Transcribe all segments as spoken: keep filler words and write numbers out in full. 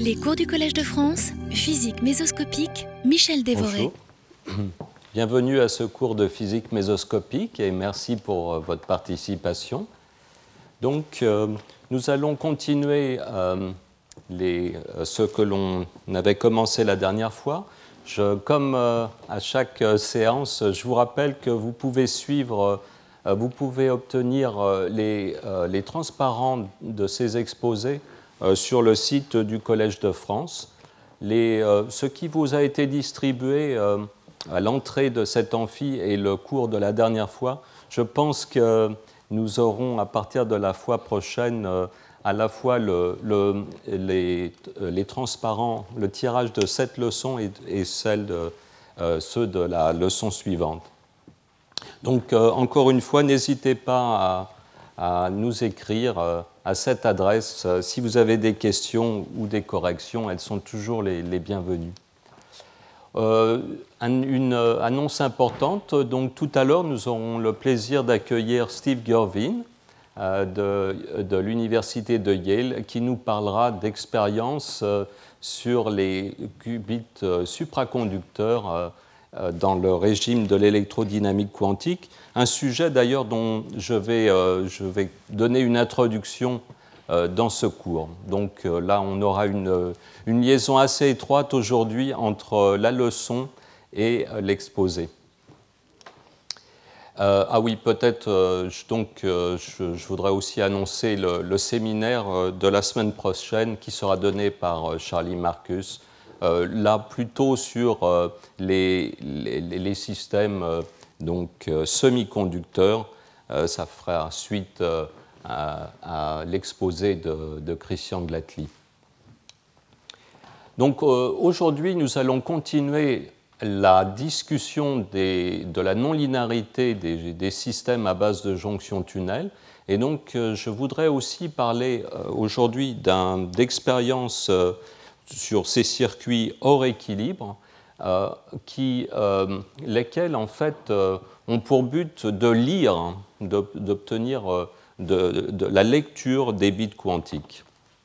Les cours du Collège de France, physique mésoscopique, Michel Dévoré. Bonjour. Bienvenue à ce cours de physique mésoscopique et merci pour euh, votre participation. Donc, euh, nous allons continuer euh, les, euh, ce que l'on avait commencé la dernière fois. Je, comme euh, à chaque euh, séance, je vous rappelle que vous pouvez suivre, euh, vous pouvez obtenir euh, les, euh, les transparents de ces exposés euh, sur le site du Collège de France. Les, euh, ce qui vous a été distribué euh, à l'entrée de cet amphi et le cours de la dernière fois, je pense que nous aurons à partir de la fois prochaine euh, à la fois le, le, les, les transparents, le tirage de cette leçon et, et celle de, euh, ceux de la leçon suivante. Donc, euh, encore une fois, n'hésitez pas à, à nous écrire euh, à cette adresse. Euh, si vous avez des questions ou des corrections, elles sont toujours les, les bienvenues. Euh, un, une euh, annonce importante. Donc, tout à l'heure, nous aurons le plaisir d'accueillir Steve Girvin euh, de, de l'Université de Yale qui nous parlera d'expériences euh, sur les qubits euh, supraconducteurs euh, dans le régime de l'électrodynamique quantique, un sujet d'ailleurs dont je vais, euh, je vais donner une introduction euh, dans ce cours. Donc euh, là, on aura une, une liaison assez étroite aujourd'hui entre la leçon et euh, l'exposé. Euh, ah oui, peut-être, euh, donc euh, je, je voudrais aussi annoncer le, le séminaire de la semaine prochaine qui sera donné par euh, Charlie Marcus. Euh, là, plutôt sur euh, les, les, les systèmes euh, donc, euh, semi-conducteurs. Euh, ça fera suite euh, à, à l'exposé de, de Christian Glatli. Donc, euh, aujourd'hui, nous allons continuer la discussion des, de la non-linéarité des, des systèmes à base de jonction tunnel. Et donc, euh, je voudrais aussi parler euh, aujourd'hui d'un, d'expériences euh, sur ces circuits hors équilibre, euh, qui, euh, lesquels en fait euh, ont pour but de lire, d'obtenir euh, de, de la lecture des bits quantiques.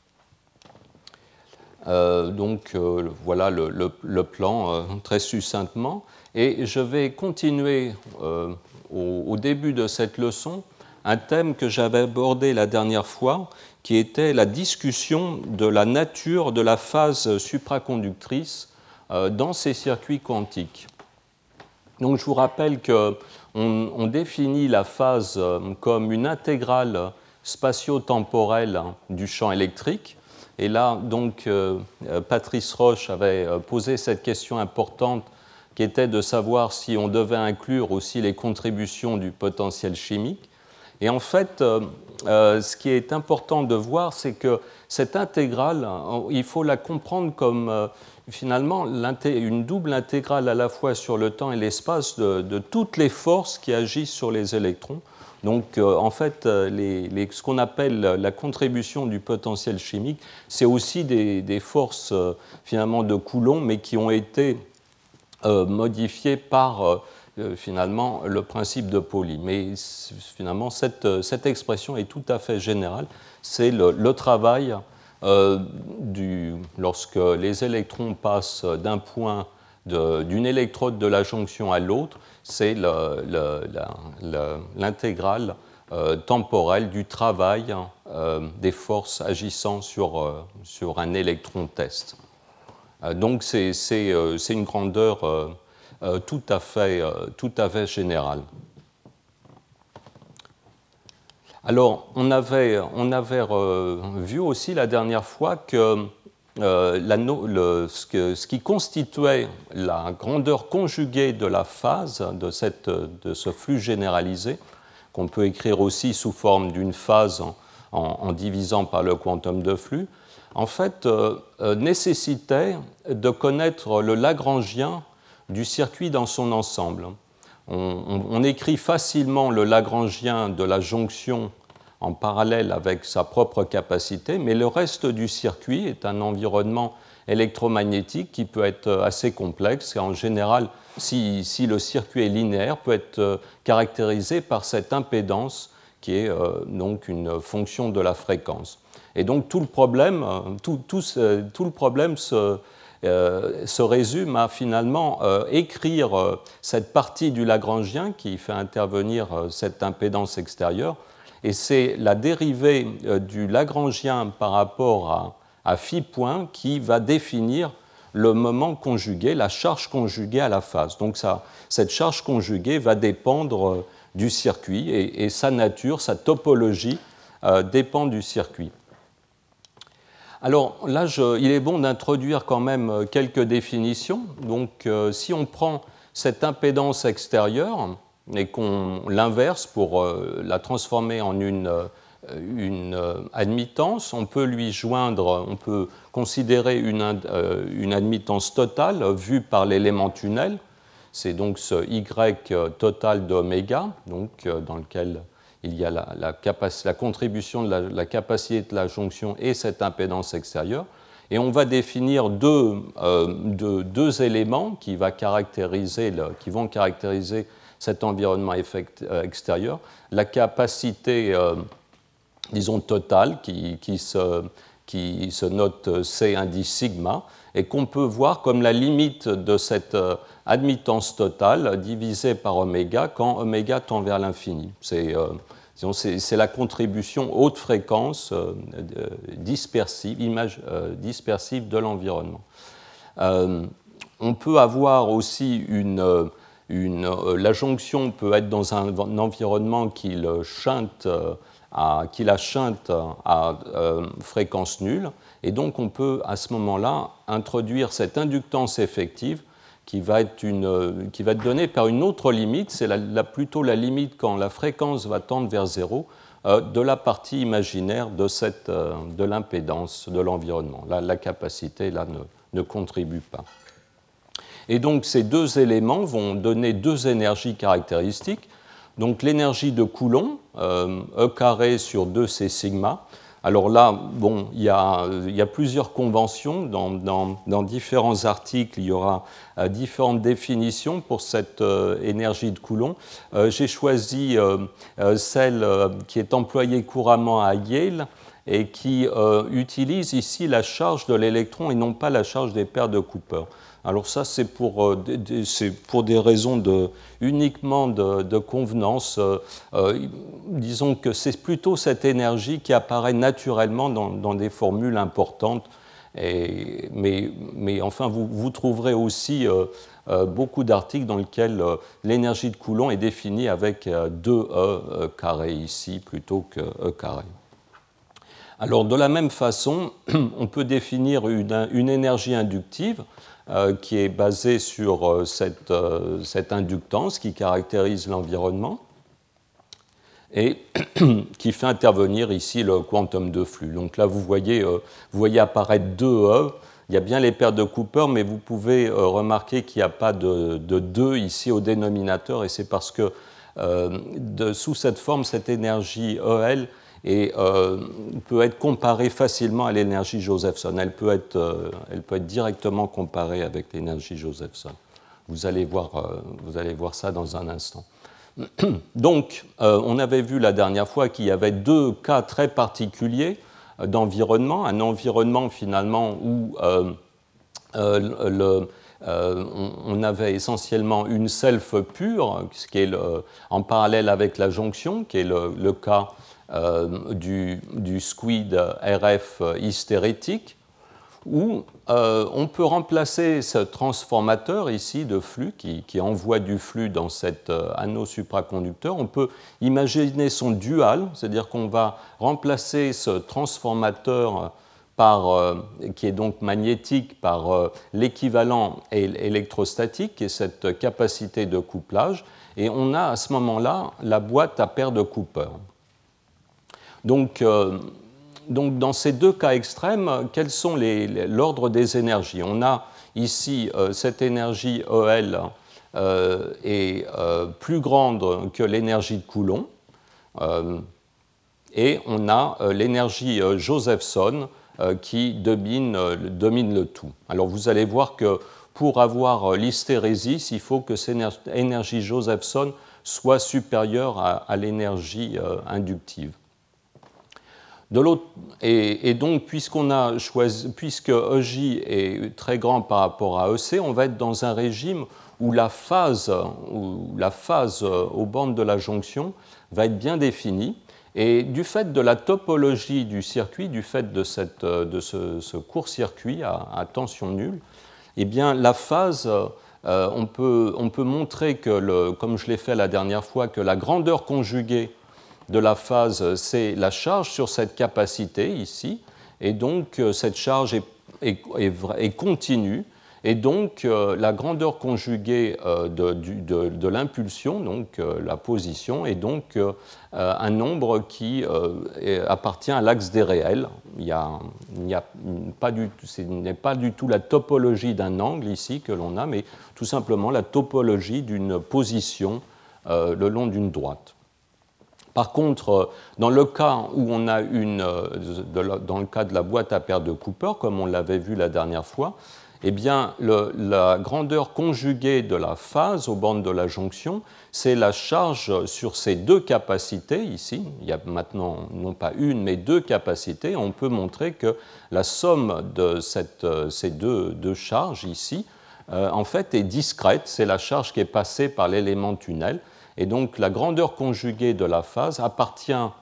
Euh, donc euh, voilà le, le, le plan euh, très succinctement. Et je vais continuer euh, au, au début de cette leçon un thème que j'avais abordé la dernière fois, qui était la discussion de la nature de la phase supraconductrice euh, dans ces circuits quantiques. Donc je vous rappelle qu'on on définit la phase euh, comme une intégrale spatio-temporelle du champ électrique. Et là, donc, euh, Patrice Roche avait posé cette question importante qui était de savoir si on devait inclure aussi les contributions du potentiel chimique. Et en fait, euh, euh, ce qui est important de voir, c'est que cette intégrale, il faut la comprendre comme euh, finalement une double intégrale à la fois sur le temps et l'espace de, de toutes les forces qui agissent sur les électrons. Donc, euh, en fait, les, les, ce qu'on appelle la contribution du potentiel chimique, c'est aussi des, des forces euh, finalement de Coulomb, mais qui ont été euh, modifiées par euh, finalement le principe de Pauli. Mais finalement, cette, cette expression est tout à fait générale. C'est le, le travail euh, du, lorsque les électrons passent d'un point de, d'une électrode de la jonction à l'autre, c'est le, le, le, l'intégrale euh, temporelle du travail euh, des forces agissant sur, euh, sur un électron test. Euh, donc c'est, c'est, euh, c'est une grandeur euh, euh, tout à fait, euh, tout à fait générale. Alors, on avait, on avait euh, vu aussi la dernière fois que Euh, la, le, ce, que, ce qui constituait la grandeur conjuguée de la phase de, cette, de ce flux généralisé, qu'on peut écrire aussi sous forme d'une phase en, en, en divisant par le quantum de flux, en fait, euh, euh, nécessitait de connaître le Lagrangien du circuit dans son ensemble. On, on, on écrit facilement le Lagrangien de la jonction en parallèle avec sa propre capacité, mais le reste du circuit est un environnement électromagnétique qui peut être assez complexe et en général, si, si le circuit est linéaire, peut être caractérisé par cette impédance qui est euh, donc une fonction de la fréquence. Et donc tout le problème, tout, tout, tout le problème se, euh, se résume à finalement euh, écrire euh, cette partie du Lagrangien qui fait intervenir euh, cette impédance extérieure. Et c'est la dérivée euh, du Lagrangien par rapport à, à phi point qui va définir le moment conjugué, la charge conjuguée à la phase. Donc ça, cette charge conjuguée va dépendre euh, du circuit et, et sa nature, sa topologie euh, dépend du circuit. Alors là, je, il est bon d'introduire quand même quelques définitions. Donc euh, si on prend cette impédance extérieure et qu'on l'inverse pour euh, la transformer en une, euh, une euh, admittance, on peut lui joindre, on peut considérer une, euh, une admittance totale vue par l'élément tunnel. C'est donc ce Y total d'oméga, donc euh, dans lequel il y a la, la, la contribution de la, la capacité de la jonction et cette impédance extérieure. Et on va définir deux, euh, deux, deux éléments qui, va caractériser le, qui vont caractériser cet environnement effect, euh, extérieur. La capacité, euh, disons, totale, qui, qui, se, qui se note C indice sigma, et qu'on peut voir comme la limite de cette euh, admittance totale divisée par oméga quand oméga tend vers l'infini. C'est euh, c'est la contribution haute fréquence euh, dispersive, image, euh, dispersive de l'environnement. Euh, on peut avoir aussi une, une euh, la jonction peut être dans un, un environnement qui, le chante, à, qui la chante à euh, fréquence nulle, et donc on peut à ce moment-là introduire cette inductance effective qui va être, une, qui va être donnée par une autre limite, c'est la, la, plutôt la limite quand la fréquence va tendre vers zéro euh, de la partie imaginaire de, cette, euh, de l'impédance de l'environnement. Là, la capacité là, ne, ne contribue pas. Et donc ces deux éléments vont donner deux énergies caractéristiques. Donc l'énergie de Coulomb, euh, E carré sur deux C sigma. Alors là, bon, il y a, il y a plusieurs conventions. Dans, dans, dans différents articles, il y aura euh, différentes définitions pour cette euh, énergie de Coulomb. Euh, J'ai choisi euh, euh, celle euh, qui est employée couramment à Yale et qui euh, utilise ici la charge de l'électron et non pas la charge des paires de Cooper. Alors ça, c'est pour, euh, pour des raisons de, uniquement de, de convenance. Euh, euh, disons que c'est plutôt cette énergie qui apparaît naturellement dans, dans des formules importantes. Et, mais, mais enfin, vous, vous trouverez aussi euh, euh, beaucoup d'articles dans lesquels euh, l'énergie de Coulomb est définie avec euh, deux E carré ici plutôt que E carré. Alors, de la même façon, on peut définir une, une énergie inductive euh, qui est basée sur euh, cette, euh, cette inductance qui caractérise l'environnement et qui fait intervenir ici le quantum de flux. Donc là, vous voyez, euh, vous voyez apparaître deux E. Il y a bien les paires de Cooper, mais vous pouvez euh, remarquer qu'il n'y a pas de, de deux ici au dénominateur, et c'est parce que euh, de, sous cette forme, cette énergie E L et euh, peut être comparée facilement à l'énergie Josephson. Elle peut être, euh, elle peut être directement comparée avec l'énergie Josephson. Vous allez voir, euh, vous allez voir ça dans un instant. Donc, euh, on avait vu la dernière fois qu'il y avait deux cas très particuliers d'environnement. Un environnement finalement où euh, euh, le, euh, on, on avait essentiellement une self pure, ce qui est le, en parallèle avec la jonction, qui est le, le cas Euh, du, du squid R F hystérétique, où euh, on peut remplacer ce transformateur ici de flux qui, qui envoie du flux dans cet euh, anneau supraconducteur. On peut imaginer son dual, c'est-à-dire qu'on va remplacer ce transformateur par, euh, qui est donc magnétique par euh, l'équivalent électrostatique, qui est cette capacité de couplage, et on a à ce moment-là la boîte à paires de Cooper. Donc, euh, donc, dans ces deux cas extrêmes, quels sont les, les, l'ordre des énergies? On a ici euh, cette énergie E L euh, est euh, plus grande que l'énergie de Coulomb, euh, et on a euh, l'énergie euh, Josephson euh, qui domine, euh, domine le tout. Alors vous allez voir que pour avoir euh, l'hystérésis, il faut que cette énergie Josephson soit supérieure à, à l'énergie euh, inductive. De l'autre, et, et donc, puisqu'on a choisi, puisque E J est très grand par rapport à E C, on va être dans un régime où la phase, où la phase aux bornes de la jonction va être bien définie. Et du fait de la topologie du circuit, du fait de, cette, de ce, ce court-circuit à, à tension nulle, eh bien, la phase, euh, on, peut, on peut montrer que, le, comme je l'ai fait la dernière fois, que la grandeur conjuguée de la phase, c'est la charge sur cette capacité ici, et donc cette charge est, est, est, est continue, et donc euh, la grandeur conjuguée euh, de, de, de l'impulsion, donc euh, la position, est donc euh, un nombre qui euh, est, appartient à l'axe des réels. Il, y a, il, y a pas du, ce n'est pas du tout la topologie d'un angle ici que l'on a, mais tout simplement la topologie d'une position euh, le long d'une droite. Par contre, dans le cas où on a une, dans le cas de la boîte à paires de Cooper, comme on l'avait vu la dernière fois, eh bien, le, la grandeur conjuguée de la phase aux bornes de la jonction, c'est la charge sur ces deux capacités ici. Il y a maintenant non pas une, mais deux capacités. On peut montrer que la somme de cette, ces deux, deux charges ici, euh, en fait, est discrète. C'est la charge qui est passée par l'élément tunnel. Et donc la grandeur conjuguée de la phase appartient à,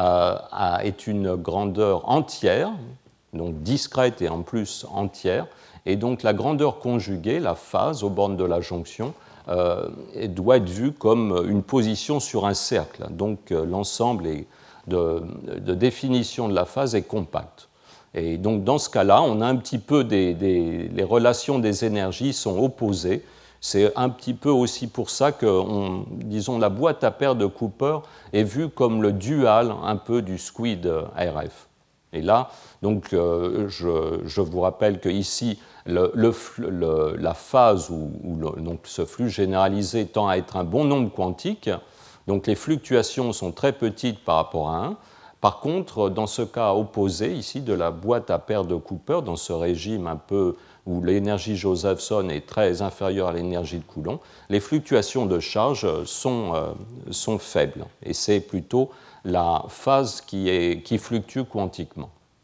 à, est une grandeur entière, donc discrète et en plus entière. Et donc la grandeur conjuguée, la phase aux bornes de la jonction, euh, doit être vue comme une position sur un cercle. Donc euh, l'ensemble de, de définition de la phase est compact. Et donc dans ce cas-là, on a un petit peu des, des, les relations des énergies sont opposées. C'est un petit peu aussi pour ça que, on, disons, la boîte à paires de Cooper est vue comme le dual un peu du squid R F. Et là, donc, euh, je, je vous rappelle qu'ici, le, le, le, la phase où, où le, donc ce flux généralisé tend à être un bon nombre quantique, donc les fluctuations sont très petites par rapport à un. Par contre, dans ce cas opposé, ici, de la boîte à paires de Cooper, dans ce régime un peu où l'énergie Josephson est très inférieure à l'énergie de Coulomb, les fluctuations de charge sont, euh, sont faibles. Et c'est plutôt la phase qui, est, qui fluctue quantiquement.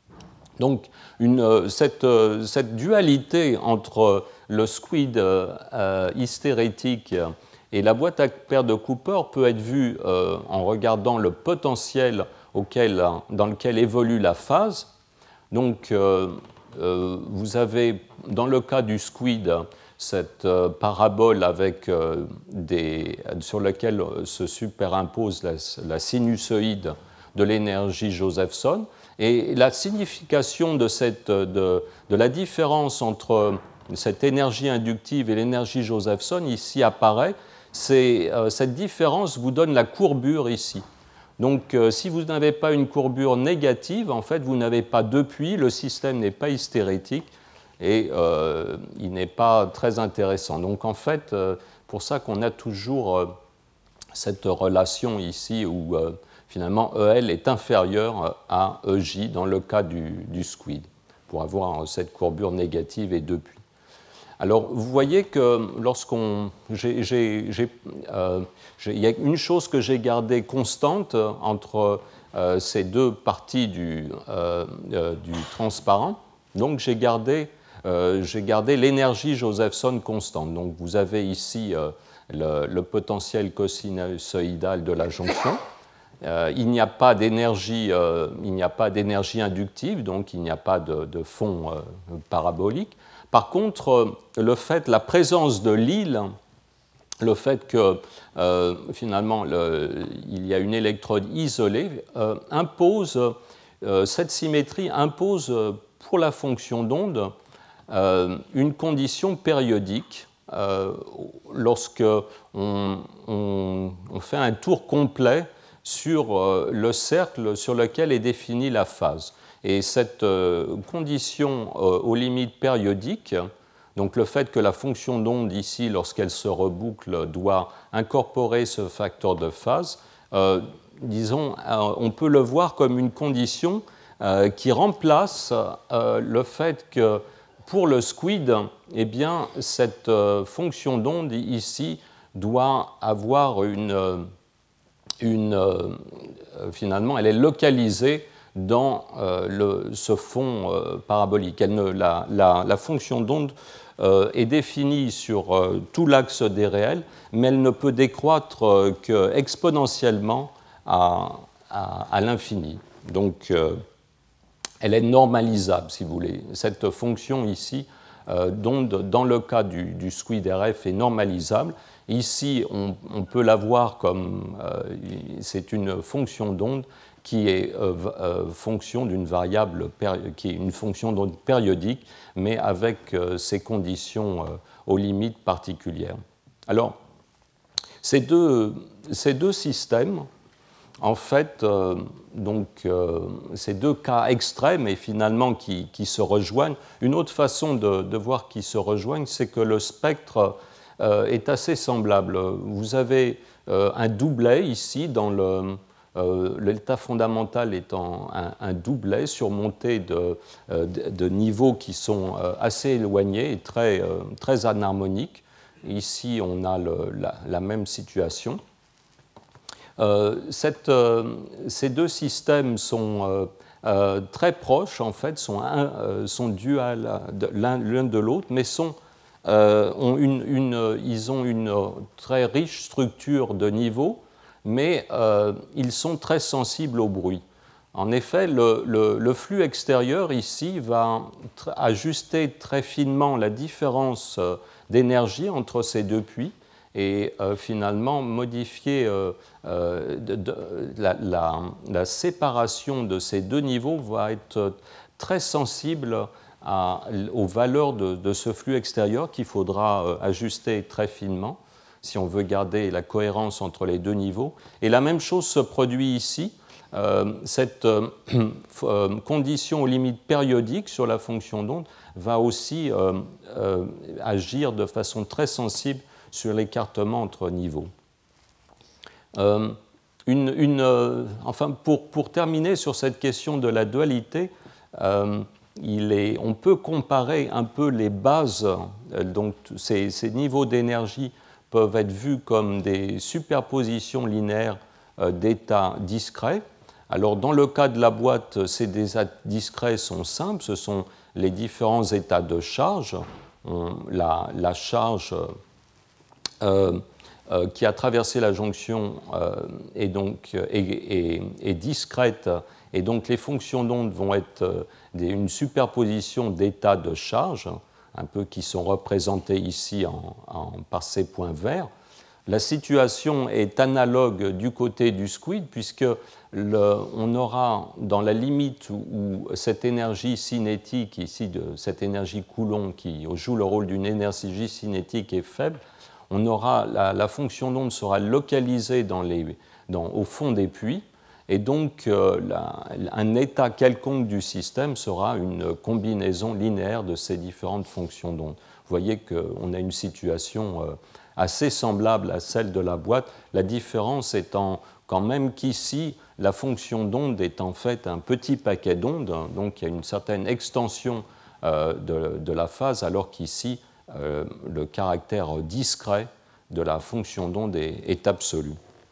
Donc, une, cette, cette dualité entre le squid euh, hystérétique et la boîte à paires de Cooper peut être vue euh, en regardant le potentiel auquel, dans lequel évolue la phase. Donc, euh, euh, vous avez, dans le cas du squid, cette euh, parabole avec, euh, des, sur laquelle se superimpose la, la sinusoïde de l'énergie Josephson. Et la signification de, cette, de, de la différence entre cette énergie inductive et l'énergie Josephson ici apparaît. C'est, euh, cette différence vous donne la courbure ici. Donc, euh, si vous n'avez pas une courbure négative, en fait, vous n'avez pas de puits, le système n'est pas hystérétique et euh, il n'est pas très intéressant. Donc, en fait, euh, pour ça qu'on a toujours euh, cette relation ici où euh, finalement E L est inférieur à E J dans le cas du, du squid, pour avoir cette courbure négative et deux puits. Alors, vous voyez que lorsqu'on... J'ai, j'ai, j'ai, euh, j'ai, il y a une chose que j'ai gardée constante entre euh, ces deux parties du, euh, euh, du transparent. Donc, j'ai gardé, euh, j'ai gardé l'énergie Josephson constante. Donc, vous avez ici euh, le, le potentiel cosinusoïdal de la jonction. Euh, il n'y a pas d'énergie, euh, il n'y a pas d'énergie inductive, donc il n'y a pas de, de fond euh, parabolique. Par contre, le fait, la présence de l'île, le fait que euh, finalement le, il y a une électrode isolée, euh, impose, euh, cette symétrie impose pour la fonction d'onde euh, une condition périodique euh, lorsque on, on, on fait un tour complet sur euh, le cercle sur lequel est définie la phase. Et cette euh, condition euh, aux limites périodiques, donc le fait que la fonction d'onde ici, lorsqu'elle se reboucle, doit incorporer ce facteur de phase, euh, disons, euh, on peut le voir comme une condition euh, qui remplace euh, le fait que pour le squid, eh bien, cette euh, fonction d'onde ici doit avoir une, une euh, finalement, elle est localisée dans euh, le, ce fond euh, parabolique. Elle ne, la, la, la fonction d'onde euh, est définie sur euh, tout l'axe des réels, mais elle ne peut décroître euh, qu'exponentiellement à, à, à l'infini. Donc, euh, elle est normalisable, si vous voulez. Cette fonction ici, euh, d'onde, dans le cas du, du squid R F, est normalisable. Ici, on, on peut la voir comme euh, c'est une fonction d'onde qui est euh, euh, fonction d'une variable, qui est une fonction d'onde périodique, mais avec euh, ces conditions euh, aux limites particulières. Alors, ces deux, ces deux systèmes, en fait, euh, donc, euh, ces deux cas extrêmes et finalement qui, qui se rejoignent. Une autre façon de, de voir qu'ils se rejoignent, c'est que le spectre euh, est assez semblable. Vous avez euh, un doublet ici, dans le, euh, l'état fondamental étant un, un doublet surmonté de, euh, de, de niveaux qui sont euh, assez éloignés et très, euh, très anharmoniques. Ici, on a le, la, la même situation. Euh, cette, euh, ces deux systèmes sont euh, euh, très proches, en fait, sont, un, euh, sont duals de, l'un, l'un de l'autre, mais sont, euh, ont une, une, ils ont une très riche structure de niveaux, mais euh, ils sont très sensibles au bruit. En effet, le, le, le flux extérieur ici va tr- ajuster très finement la différence d'énergie entre ces deux puits, et euh, finalement modifier euh, euh, de, de, la, la, la séparation de ces deux niveaux va être très sensible à, aux valeurs de, de ce flux extérieur qu'il faudra euh, ajuster très finement si on veut garder la cohérence entre les deux niveaux. Et la même chose se produit ici. Euh, cette euh, euh, condition aux limites périodiques sur la fonction d'onde va aussi euh, euh, agir de façon très sensible sur l'écartement entre niveaux. Euh, une, une, euh, enfin, pour, pour terminer sur cette question de la dualité, euh, il est, on peut comparer un peu les bases, euh, donc ces, ces niveaux d'énergie peuvent être vus comme des superpositions linéaires euh, d'états discrets. Alors, dans le cas de la boîte, ces états discrets sont simples, ce sont les différents états de charge. On, la, la charge Euh, euh, qui a traversé la jonction euh, est, donc, est, est, est discrète, et donc les fonctions d'onde vont être euh, des, une superposition d'états de charge, un peu qui sont représentés ici en, en, par ces points verts. La situation est analogue du côté du squid, puisque le, on aura, dans la limite où, où cette énergie cinétique, ici, de cette énergie Coulomb, qui joue le rôle d'une énergie cinétique, est faible, on aura, la, la fonction d'onde sera localisée dans les, dans, au fond des puits, et donc euh, la, un état quelconque du système sera une combinaison linéaire de ces différentes fonctions d'onde. Vous voyez qu'on a une situation euh, assez semblable à celle de la boîte, la différence étant quand même qu'ici, la fonction d'onde est en fait un petit paquet d'ondes, donc il y a une certaine extension euh, de, de la phase, alors qu'ici, Euh, le caractère discret de la fonction d'onde est, est absolu.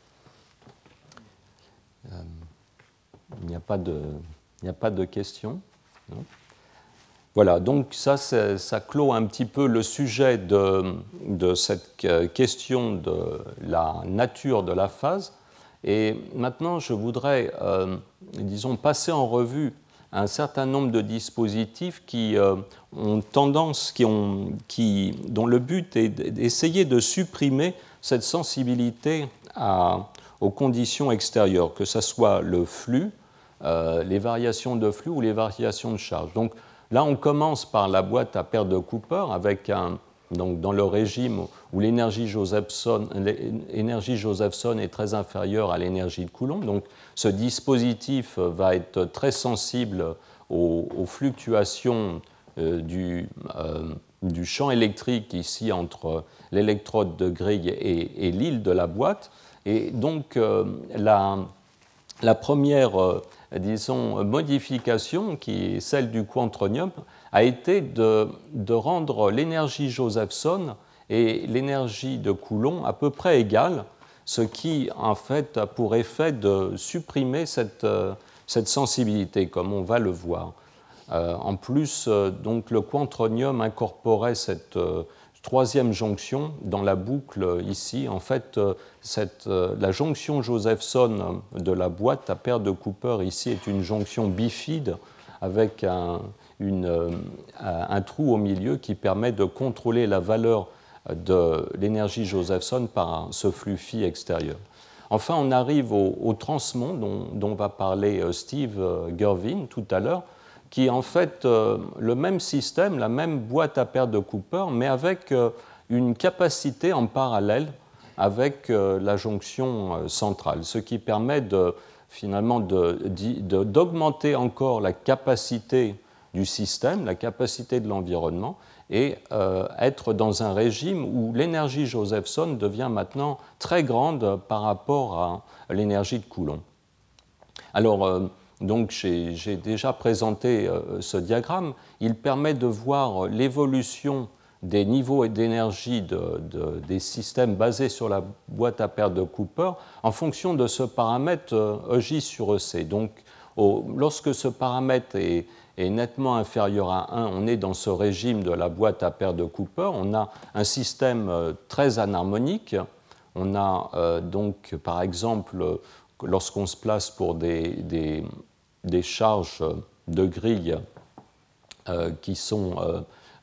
Euh, il n'y a pas de, il n'y a pas de questions. Non ? Voilà, donc ça, ça clôt un petit peu le sujet de, de cette question de la nature de la phase. Et maintenant, je voudrais, euh, disons, passer en revue un certain nombre de dispositifs qui euh, ont tendance, qui ont, qui, dont le but est d'essayer de supprimer cette sensibilité à, aux conditions extérieures, que ce soit le flux, euh, les variations de flux ou les variations de charge. Donc là, on commence par la boîte à paire de Cooper, avec un, donc dans le régime où l'énergie Josephson, l'énergie Josephson est très inférieure à l'énergie de Coulomb. Donc ce dispositif va être très sensible aux, aux fluctuations euh, du, euh, du champ électrique ici entre l'électrode de grille et, et l'île de la boîte. Et donc euh, la, la première, euh, disons, modification, qui est celle du quantronium, a été de, de rendre l'énergie Josephson et l'énergie de Coulomb à peu près égales, ce qui en fait a pour effet de supprimer cette, cette sensibilité, comme on va le voir. Euh, en plus, euh, donc, le quantronium incorporait cette euh, troisième jonction dans la boucle ici. En fait, euh, cette, euh, la jonction Josephson de la boîte à paire de Cooper ici est une jonction bifide avec un, une, euh, un trou au milieu qui permet de contrôler la valeur de l'énergie Josephson par ce flux phi extérieur. Enfin, on arrive au, au transmon dont, dont va parler Steve Girvin tout à l'heure, qui est en fait euh, le même système, la même boîte à paire de Cooper, mais avec euh, une capacité en parallèle avec euh, la jonction euh, centrale, ce qui permet de, finalement de, de, d'augmenter encore la capacité du système, la capacité de l'environnement, et euh, être dans un régime où l'énergie Josephson devient maintenant très grande par rapport à l'énergie de Coulomb. Alors, euh, donc j'ai, j'ai déjà présenté euh, ce diagramme. Il permet de voir l'évolution des niveaux d'énergie de, de, des systèmes basés sur la boîte à paire de Cooper en fonction de ce paramètre euh, E J sur E C. Donc, au, lorsque ce paramètre est, est nettement inférieur à un, on est dans ce régime de la boîte à paire de Cooper. On a un système euh, très anharmonique. On a euh, donc, par exemple, lorsqu'on se place pour des, des, des charges de grille euh, qui sont euh,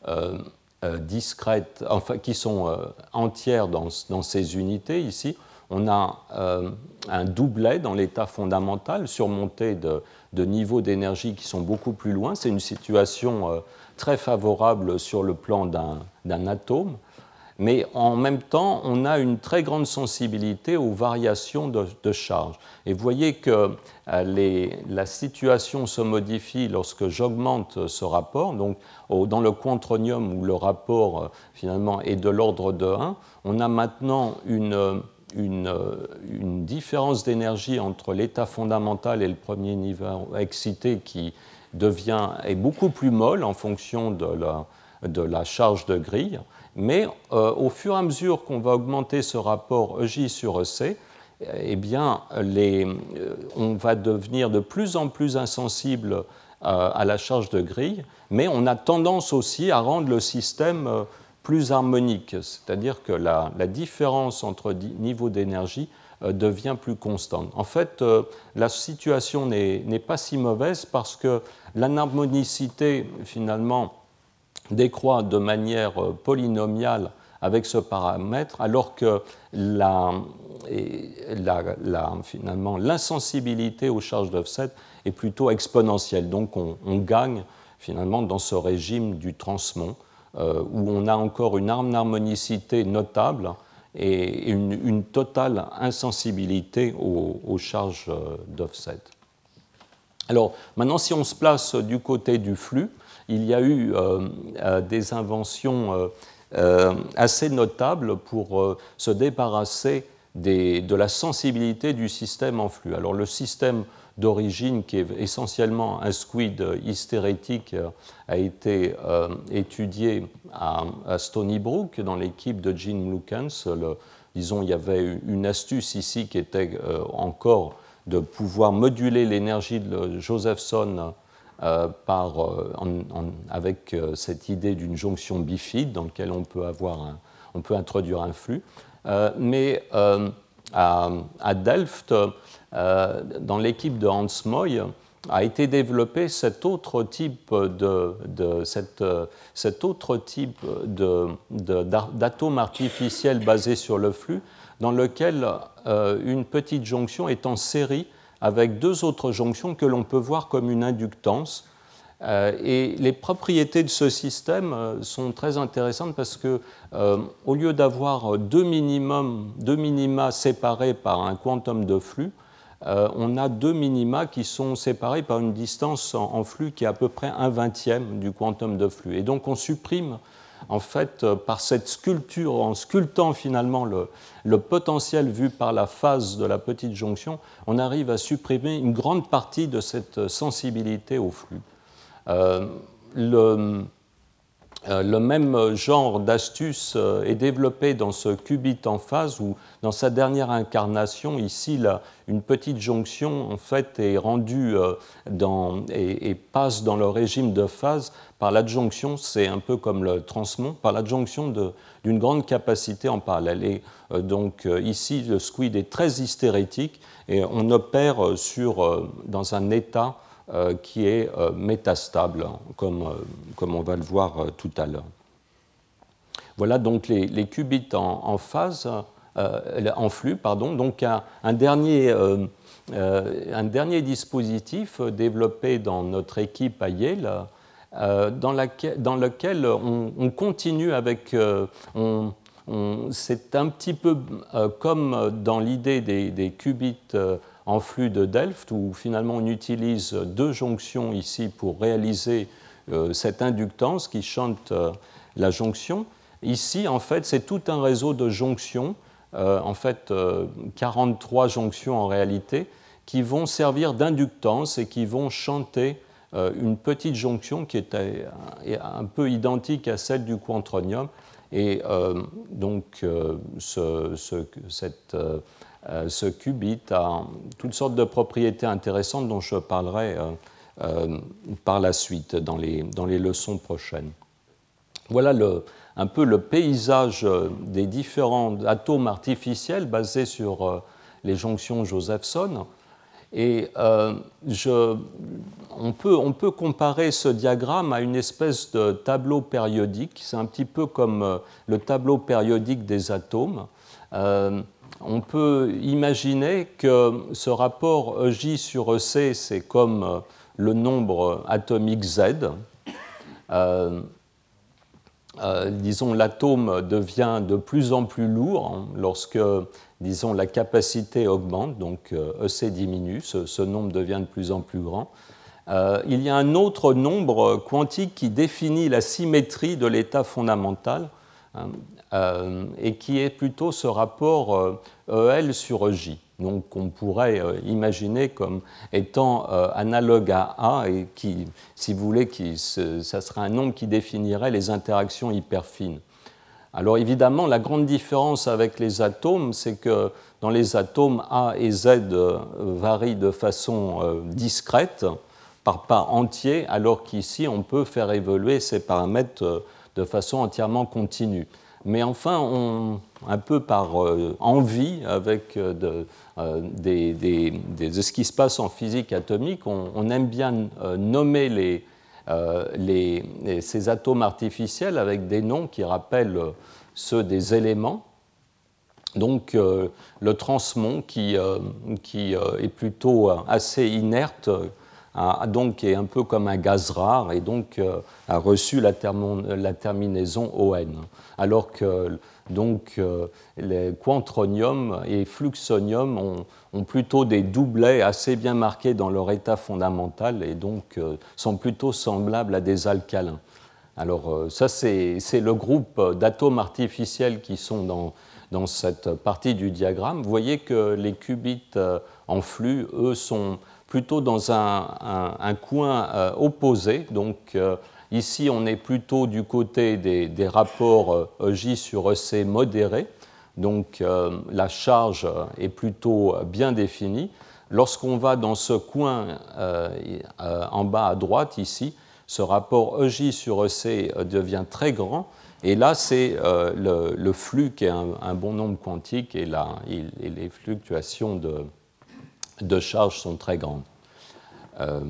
euh, discrètes, enfin qui sont euh, entières dans, dans ces unités ici, on a euh, un doublet dans l'état fondamental surmonté de, de niveaux d'énergie qui sont beaucoup plus loin. C'est une situation euh, très favorable sur le plan d'un, d'un atome. Mais en même temps, on a une très grande sensibilité aux variations de, de charge. Et vous voyez que euh, les, la situation se modifie lorsque j'augmente ce rapport. Donc, au, dans le quantronium, où le rapport euh, finalement est de l'ordre de un, on a maintenant une, une, une différence d'énergie entre l'état fondamental et le premier niveau excité qui devient, est beaucoup plus molle en fonction de la, de la charge de grille. Mais euh, au fur et à mesure qu'on va augmenter ce rapport E J sur E C, eh bien, les, euh, on va devenir de plus en plus insensible euh, à la charge de grille, mais on a tendance aussi à rendre le système euh, plus harmonique, c'est-à-dire que la, la différence entre niveaux d'énergie euh, devient plus constante. En fait, euh, la situation n'est, n'est pas si mauvaise parce que l'anharmonicité, finalement, décroît de manière polynomiale avec ce paramètre, alors que la, la, la, finalement, l'insensibilité aux charges d'offset est plutôt exponentielle. Donc on, on gagne finalement dans ce régime du transmon, euh, où on a encore une harmonicité notable et une, une totale insensibilité aux, aux charges d'offset. Alors maintenant, si on se place du côté du flux, il y a eu euh, euh, des inventions euh, euh, assez notables pour euh, se débarrasser des, de la sensibilité du système en flux. Alors le système d'origine, qui est essentiellement un squid hystérétique, euh, a été euh, étudié à, à Stony Brook dans l'équipe de Gene Lukens. Le, disons, il y avait une astuce ici qui était euh, encore de pouvoir moduler l'énergie de Josephson Euh, par, euh, en, en, avec euh, cette idée d'une jonction bifide dans laquelle on peut, avoir un, on peut introduire un flux. Euh, mais euh, à, à Delft, euh, dans l'équipe de Hans Moy, a été développé cet autre type de, de, cette, cet autre type de, de, d'atome artificiel basé sur le flux, dans lequel euh, une petite jonction est en série avec deux autres jonctions que l'on peut voir comme une inductance. Euh, et les propriétés de ce système euh, sont très intéressantes parce que, euh, au lieu d'avoir deux, minimum, deux minima séparés par un quantum de flux, euh, on a deux minima qui sont séparés par une distance en, en flux qui est à peu près un vingtième du quantum de flux. Et donc on supprime, en fait, par cette sculpture, en sculptant finalement le, le potentiel vu par la phase de la petite jonction, on arrive à supprimer une grande partie de cette sensibilité au flux. Euh, le, Euh, le même genre d'astuce euh, est développé dans ce qubit en phase où, dans sa dernière incarnation, ici, là, une petite jonction en fait, est rendue euh, dans, et, et passe dans le régime de phase par l'adjonction, c'est un peu comme le transmon, par l'adjonction d'une grande capacité en parallèle. Et euh, donc euh, ici, le squid est très hystérétique et on opère sur, euh, dans un état Euh, qui est euh, métastable, comme, euh, comme on va le voir euh, tout à l'heure. Voilà donc les, les qubits en, en phase, euh, en flux, pardon. Donc un, un, dernier, euh, euh, un dernier dispositif développé dans notre équipe à Yale, euh, dans, laquelle, dans lequel on, on continue avec... Euh, on, c'est un petit peu euh, comme dans l'idée des, des qubits euh, en flux de Delft, où finalement on utilise deux jonctions ici pour réaliser euh, cette inductance qui chante euh, la jonction. Ici, en fait, c'est tout un réseau de jonctions, euh, en fait euh, quarante-trois jonctions en réalité, qui vont servir d'inductance et qui vont chanter euh, une petite jonction qui est un peu identique à celle du quantronium. Et euh, donc, euh, ce, ce, cette, euh, ce qubit a toutes sortes de propriétés intéressantes dont je parlerai euh, euh, par la suite dans les, dans les leçons prochaines. Voilà le, un peu le paysage des différents atomes artificiels basés sur euh, les jonctions Josephson. Et euh, je, on, peut, on peut comparer ce diagramme à une espèce de tableau périodique. C'est un petit peu comme euh, le tableau périodique des atomes. Euh, on peut imaginer que ce rapport E J sur E C, c'est comme euh, le nombre atomique Z. Euh, euh, disons, l'atome devient de plus en plus lourd hein, lorsque, disons, la capacité augmente, donc euh, E C diminue, ce, ce nombre devient de plus en plus grand. Euh, il y a un autre nombre quantique qui définit la symétrie de l'état fondamental hein, euh, et qui est plutôt ce rapport euh, E L sur E J. Donc on pourrait euh, imaginer comme étant euh, analogue à A et qui, si vous voulez, qui, ce, ça serait un nombre qui définirait les interactions hyper fines. Alors évidemment, la grande différence avec les atomes, c'est que dans les atomes, A et Z euh, varient de façon euh, discrète, par pas entier, alors qu'ici, on peut faire évoluer ces paramètres euh, de façon entièrement continue. Mais enfin, on, un peu par euh, envie, avec euh, de, euh, des, des, des, de ce qui se passe en physique atomique, on, on aime bien euh, nommer les, euh, les, les, ces atomes artificiels avec des noms qui rappellent ceux des éléments. Donc euh, le transmon, qui, euh, qui euh, est plutôt assez inerte, a, donc est un peu comme un gaz rare et donc euh, a reçu la, termo, la terminaison O N. Alors que donc, euh, les quantronium et fluxonium ont, ont plutôt des doublets assez bien marqués dans leur état fondamental et donc euh, sont plutôt semblables à des alcalins. Alors euh, ça, c'est le groupe d'atomes artificiels qui sont dans, dans cette partie du diagramme. Vous voyez que les qubits euh, en flux, eux, sont plutôt dans un, un, un coin euh, opposé. Donc euh, ici, on est plutôt du côté des, des rapports euh, E J sur E C modérés. Donc euh, la charge est plutôt bien définie. Lorsqu'on va dans ce coin euh, euh, en bas à droite, ici, ce rapport E J sur E C devient très grand. Et là, c'est euh, le, le flux qui est un, un bon nombre quantique et, là, il, et les fluctuations de, de charge sont très grandes. Euh,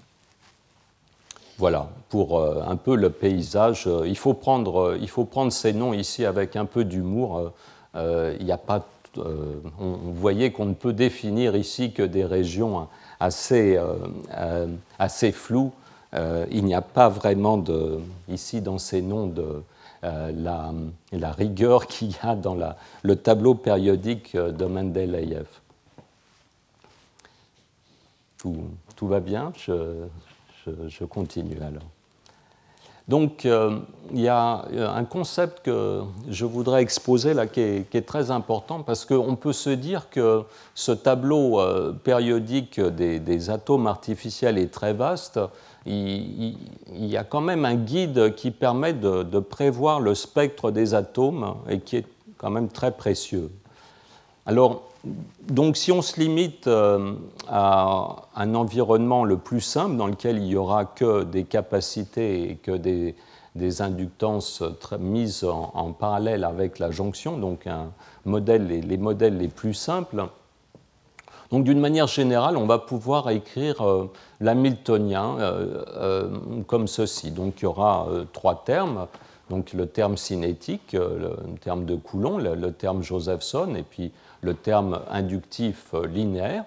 voilà, pour euh, un peu le paysage. Euh, il, faut prendre, euh, il faut prendre ces noms ici avec un peu d'humour. Euh, il n'y a pas, euh, on, on voyait qu'on ne peut définir ici que des régions assez, euh, euh, assez floues. Euh, il n'y a pas vraiment de, ici dans ces noms de euh, la, la rigueur qu'il y a dans la, le tableau périodique de Mendeleïev. Tout, tout va bien, je, je, je continue alors. Donc, euh, il y a un concept que je voudrais exposer là qui est, qui est très important parce qu'on peut se dire que ce tableau euh, périodique des, des atomes artificiels est très vaste, il, il y a quand même un guide qui permet de, de prévoir le spectre des atomes et qui est quand même très précieux. Alors, donc, si on se limite euh, à un environnement le plus simple dans lequel il n'y aura que des capacités et que des, des inductances très, mises en, en parallèle avec la jonction, donc un modèle, les, les modèles les plus simples, donc d'une manière générale, on va pouvoir écrire euh, l'hamiltonien euh, euh, comme ceci. Donc il y aura euh, trois termes. Donc le terme cinétique, le terme de Coulomb, le, le terme Josephson, et puis le terme inductif linéaire.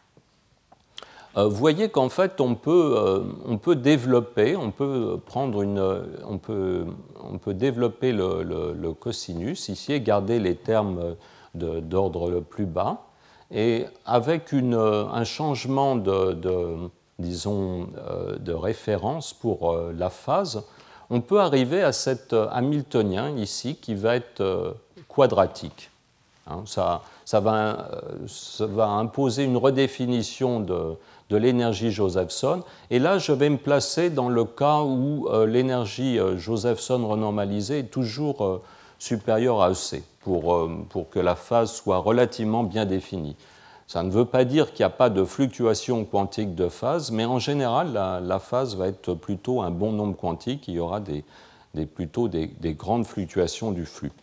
Euh, vous voyez qu'en fait, on peut, euh, on peut développer, on peut prendre une, on peut, on peut développer le, le, le cosinus ici et garder les termes d'ordre le plus bas. Et avec une, un changement de, de disons, de référence pour la phase, on peut arriver à cet hamiltonien ici qui va être quadratique. Hein, ça, ça, va, ça va imposer une redéfinition de, de l'énergie Josephson. Et là, je vais me placer dans le cas où euh, l'énergie Josephson renormalisée est toujours euh, supérieure à E C pour, euh, pour que la phase soit relativement bien définie. Ça ne veut pas dire qu'il n'y a pas de fluctuation quantique de phase, mais en général, la, la phase va être plutôt un bon nombre quantique. Il y aura des, des, plutôt des, des grandes fluctuations du flux.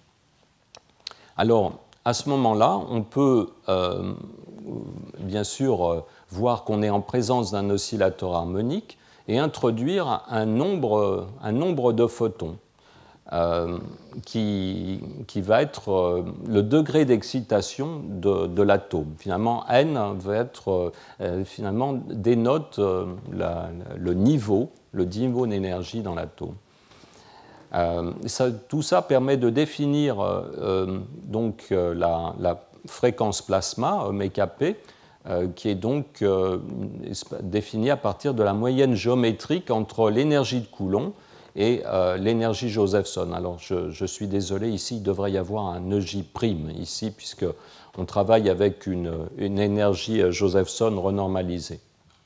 Alors, à ce moment-là, on peut euh, bien sûr euh, voir qu'on est en présence d'un oscillateur harmonique et introduire un nombre, un nombre de photons euh, qui, qui va être euh, le degré d'excitation de, de l'atome. Finalement, N va être, euh, finalement, dénote euh, la, le niveau, le niveau d'énergie dans l'atome. Euh, ça, tout ça permet de définir euh, donc, euh, la, la fréquence plasma, oméga P, euh, qui est donc euh, définie à partir de la moyenne géométrique entre l'énergie de Coulomb et euh, l'énergie Josephson. Alors je, je suis désolé, ici il devrait y avoir un E J prime, ici, puisqu'on travaille avec une, une énergie Josephson renormalisée.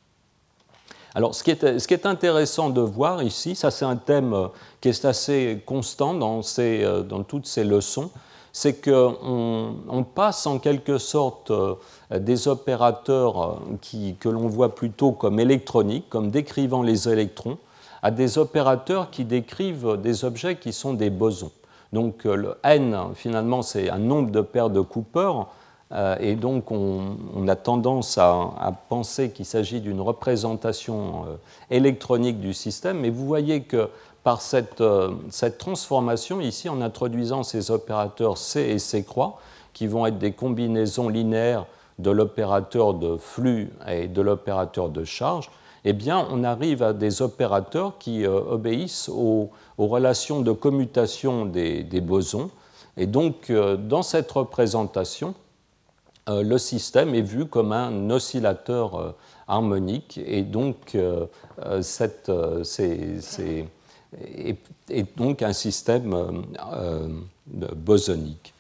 Alors, ce qui, est, ce qui est intéressant de voir ici, ça c'est un thème qui est assez constant dans, ces, dans toutes ces leçons, c'est qu'on on passe en quelque sorte des opérateurs qui, que l'on voit plutôt comme électroniques, comme décrivant les électrons, à des opérateurs qui décrivent des objets qui sont des bosons. Donc le N, finalement, c'est un nombre de paires de Cooper, et donc, on, on a tendance à, à penser qu'il s'agit d'une représentation euh, électronique du système, mais vous voyez que par cette, euh, cette transformation, ici, en introduisant ces opérateurs C et C croix, qui vont être des combinaisons linéaires de l'opérateur de flux et de l'opérateur de charge, eh bien, on arrive à des opérateurs qui euh, obéissent aux, aux relations de commutation des, des bosons. Et donc, euh, dans cette représentation, Euh, le système est vu comme un oscillateur euh, harmonique et donc, euh, cette, euh, c'est, c'est, est, est donc un système euh, bosonique.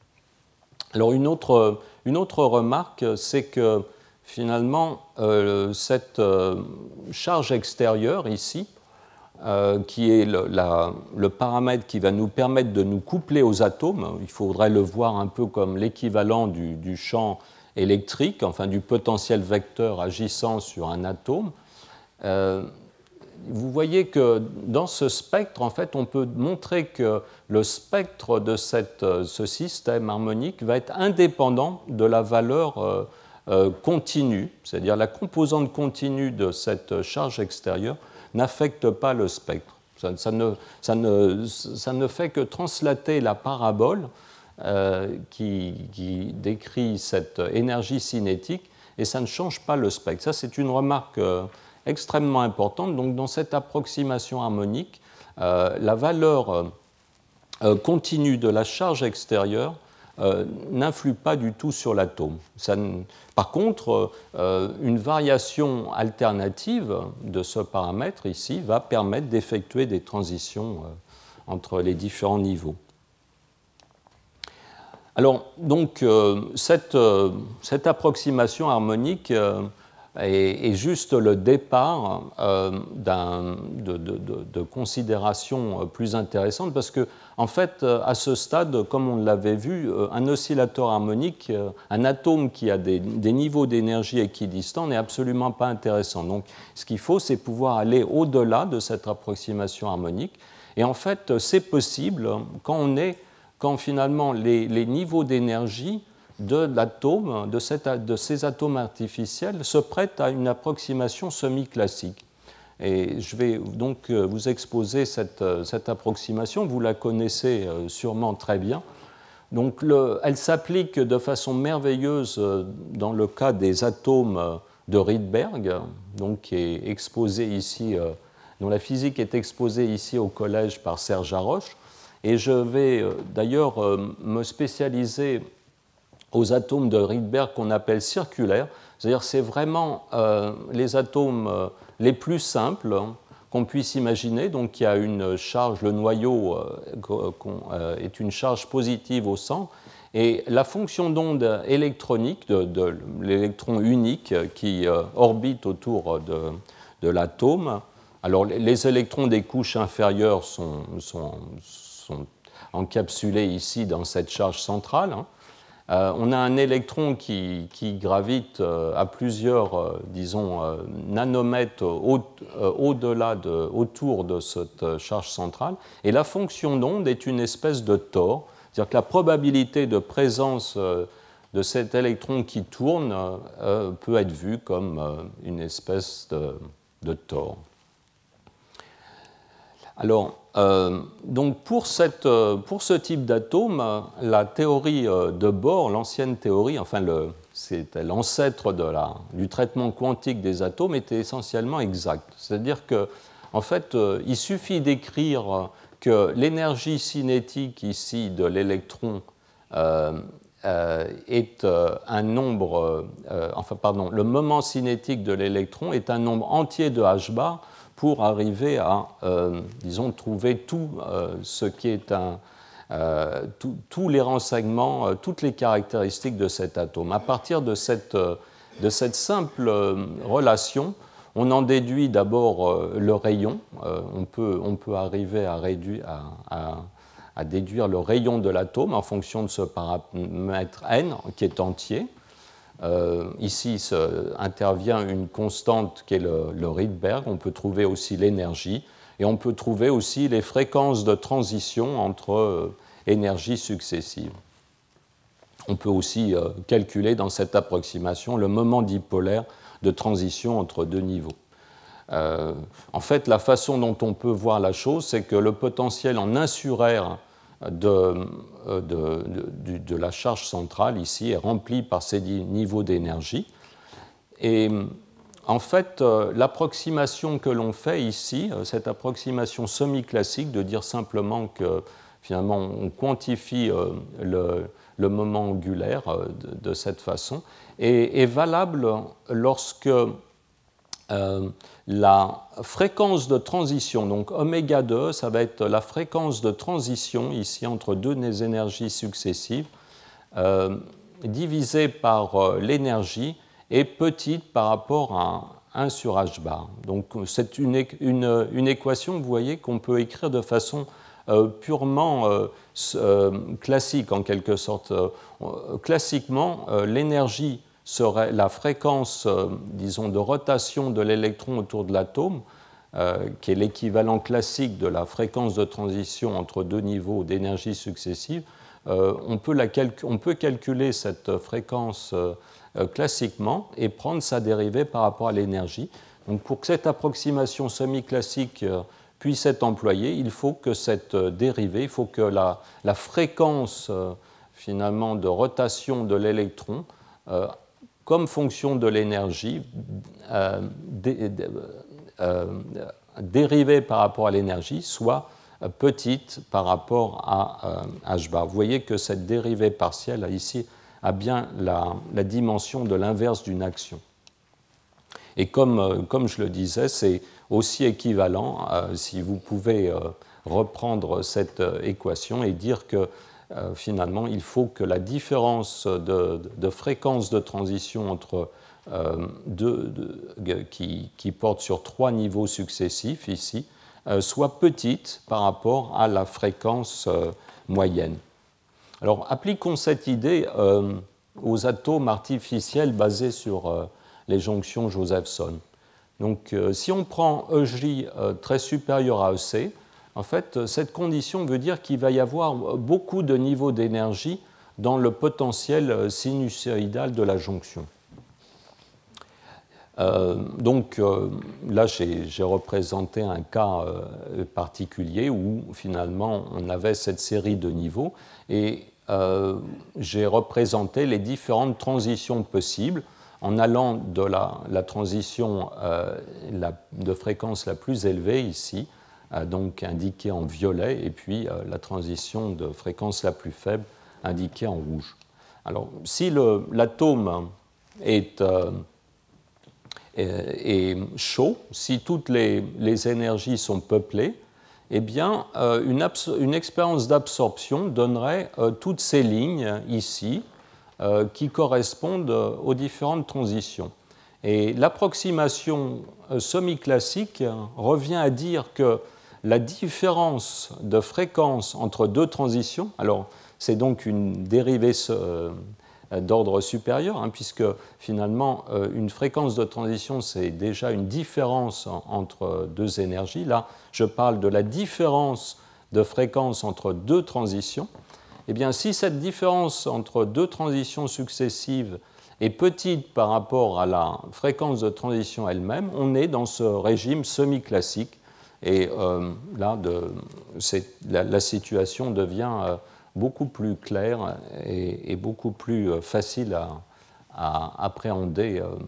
Alors une autre, une autre remarque, c'est que finalement euh, cette euh, charge extérieure ici, Euh, qui est le, la, le paramètre qui va nous permettre de nous coupler aux atomes. Il faudrait le voir un peu comme l'équivalent du, du champ électrique, enfin du potentiel vecteur agissant sur un atome. Euh, vous voyez que dans ce spectre, en fait, on peut montrer que le spectre de cette, ce système harmonique va être indépendant de la valeur euh, euh, continue, c'est-à-dire la composante continue de cette charge extérieure n'affecte pas le spectre. Ça, ça, ne, ça, ne, ça ne fait que translater la parabole euh, qui, qui décrit cette énergie cinétique et ça ne change pas le spectre. Ça, c'est une remarque euh, extrêmement importante. Donc, dans cette approximation harmonique, euh, la valeur euh, continue de la charge extérieure Euh, n'influe pas du tout sur l'atome. Par contre, euh, une variation alternative de ce paramètre ici va permettre d'effectuer des transitions euh, entre les différents niveaux. Alors, donc, euh, cette, euh, cette approximation harmonique euh, est, est juste le départ euh, d'un, de, de, de, de considérations plus intéressantes, parce que, en fait, à ce stade, comme on l'avait vu, un oscillateur harmonique, un atome qui a des, des niveaux d'énergie équidistants n'est absolument pas intéressant. Donc, ce qu'il faut, c'est pouvoir aller au-delà de cette approximation harmonique. Et en fait, c'est possible quand on est, quand finalement les, les niveaux d'énergie de l'atome, de, cette, de ces atomes artificiels, se prêtent à une approximation semi-classique. Et je vais donc vous exposer cette, cette approximation, vous la connaissez sûrement très bien. Donc, le, elle s'applique de façon merveilleuse dans le cas des atomes de Rydberg, donc qui est exposé ici, dont la physique est exposée ici au collège par Serge Haroche. Et je vais d'ailleurs me spécialiser aux atomes de Rydberg qu'on appelle circulaires, c'est-à-dire c'est vraiment euh, les atomes euh, les plus simples hein, qu'on puisse imaginer. Donc il y a une charge, le noyau euh, euh, est une charge positive au centre, et la fonction d'onde électronique de, de l'électron unique qui euh, orbite autour de, de l'atome. Alors les électrons des couches inférieures sont, sont, sont encapsulés ici dans cette charge centrale. Hein. Euh, on a un électron qui, qui gravite euh, à plusieurs, euh, disons, euh, nanomètres au, euh, au-delà de, autour de cette charge centrale, et la fonction d'onde est une espèce de tore, c'est-à-dire que la probabilité de présence euh, de cet électron qui tourne euh, peut être vue comme euh, une espèce de, de tore. Alors, euh, donc pour, cette, pour ce type d'atome, la théorie de Bohr, l'ancienne théorie, enfin le, c'était l'ancêtre de la, du traitement quantique des atomes, était essentiellement exacte. C'est-à-dire qu'en en fait, il suffit d'écrire que l'énergie cinétique ici de l'électron euh, euh, est un nombre, euh, enfin pardon, le moment cinétique de l'électron est un nombre entier de h bar, pour arriver à, euh, disons, trouver tout euh, ce qui est un, euh, tous les renseignements, euh, toutes les caractéristiques de cet atome. À partir de cette, euh, de cette simple euh, relation, on en déduit d'abord euh, le rayon. Euh, on, peut, on peut arriver à, réduire, à, à, à déduire le rayon de l'atome en fonction de ce paramètre n qui est entier. Euh, ici ce, intervient une constante qui est le, le Rydberg. On peut trouver aussi l'énergie et on peut trouver aussi les fréquences de transition entre euh, énergies successives. On peut aussi euh, calculer dans cette approximation le moment dipolaire de transition entre deux niveaux. Euh, en fait, la façon dont on peut voir la chose, c'est que le potentiel en insulaire De, de, de, de la charge centrale ici est remplie par ces niveaux d'énergie. Et en fait, l'approximation que l'on fait ici, cette approximation semi-classique de dire simplement que finalement on quantifie le, le moment angulaire de, de cette façon, est, est valable lorsque Euh, la fréquence de transition, donc oméga deux, ça va être la fréquence de transition ici entre deux énergies successives, euh, divisée par euh, l'énergie, est petite par rapport à un sur h bar. Donc c'est une, une, une équation, vous voyez, qu'on peut écrire de façon euh, purement euh, euh, classique en quelque sorte. Euh, classiquement, euh, l'énergie serait la fréquence, euh, disons, de rotation de l'électron autour de l'atome, euh, qui est l'équivalent classique de la fréquence de transition entre deux niveaux d'énergie successive. Euh, on, peut la on peut calculer cette fréquence euh, classiquement et prendre sa dérivée par rapport à l'énergie. Donc, pour que cette approximation semi-classique euh, puisse être employée, il faut que cette euh, dérivée, il faut que la, la fréquence euh, finalement de rotation de l'électron euh, comme fonction de l'énergie euh, dé, euh, dérivée par rapport à l'énergie, soit petite par rapport à euh, h bar. Vous voyez que cette dérivée partielle ici a bien la, la dimension de l'inverse d'une action. Et comme, euh, comme je le disais, c'est aussi équivalent euh, si vous pouvez euh, reprendre cette euh, équation et dire que Euh, finalement, il faut que la différence de, de fréquence de transition entre euh, de, de, qui, qui porte sur trois niveaux successifs ici, euh, soit petite par rapport à la fréquence euh, moyenne. Alors, appliquons cette idée euh, aux atomes artificiels basés sur euh, les jonctions Josephson. Donc, euh, si on prend E J euh, très supérieur à E C, en fait, cette condition veut dire qu'il va y avoir beaucoup de niveaux d'énergie dans le potentiel sinusoïdal de la jonction. Euh, donc euh, là, j'ai représenté un cas euh, particulier où finalement on avait cette série de niveaux et euh, j'ai représenté les différentes transitions possibles en allant de la, la transition euh, la, de fréquence la plus élevée ici, euh, donc indiquée en violet, et puis euh, la transition de fréquence la plus faible indiquée en rouge. Alors, si l'atome est, euh, est, est chaud, si toutes les, les énergies sont peuplées, eh bien, euh, une, une expérience d'absorption donnerait euh, toutes ces lignes ici, Euh, qui correspondent aux différentes transitions. Et l'approximation euh, semi-classique revient à dire que la différence de fréquence entre deux transitions, alors c'est donc une dérivée euh, d'ordre supérieur, hein, puisque finalement euh, une fréquence de transition c'est déjà une différence entre deux énergies. Là, je parle de la différence de fréquence entre deux transitions. Eh bien, si cette différence entre deux transitions successives est petite par rapport à la fréquence de transition elle-même, on est dans ce régime semi-classique. Et euh, là, de, la, la situation devient euh, beaucoup plus claire et, et beaucoup plus euh, facile à, à appréhender euh,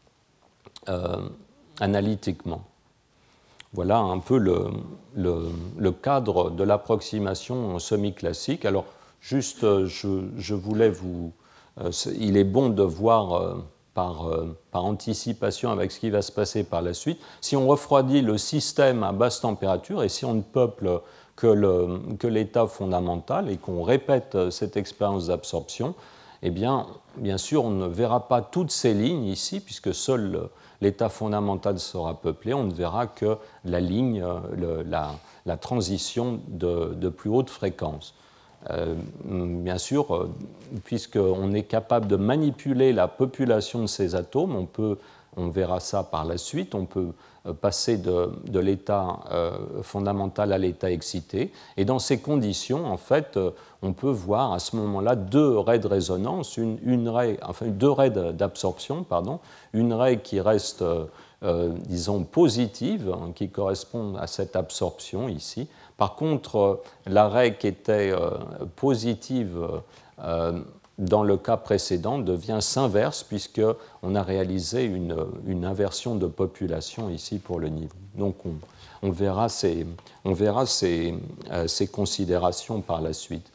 euh, analytiquement. Voilà un peu le, le, le cadre de l'approximation semi-classique. Alors, juste, je, je voulais vous... Euh, il est bon de voir euh, par, euh, par anticipation avec ce qui va se passer par la suite. Si on refroidit le système à basse température et si on ne peuple que, le, que l'état fondamental et qu'on répète cette expérience d'absorption, eh bien, bien sûr, on ne verra pas toutes ces lignes ici, puisque seul l'état fondamental sera peuplé. On ne verra que la ligne, le, la, la transition de, de plus haute fréquence. Euh, bien sûr, euh, puisqu'on est capable de manipuler la population de ces atomes, on peut, on verra ça par la suite, on peut passer de, de l'état euh, fondamental à l'état excité. Et dans ces conditions, en fait, euh, on peut voir à ce moment-là deux raies de résonance, une, une raie, enfin deux raies d'absorption, pardon, une raie qui reste, euh, euh, disons, positive, hein, qui correspond à cette absorption ici. Par contre, euh, la raie qui était euh, positive euh, dans le cas précédent devient s'inverse puisqu'on a réalisé une, une inversion de population ici pour le niveau. Donc on, on verra, ces, on verra ces, euh, ces considérations par la suite.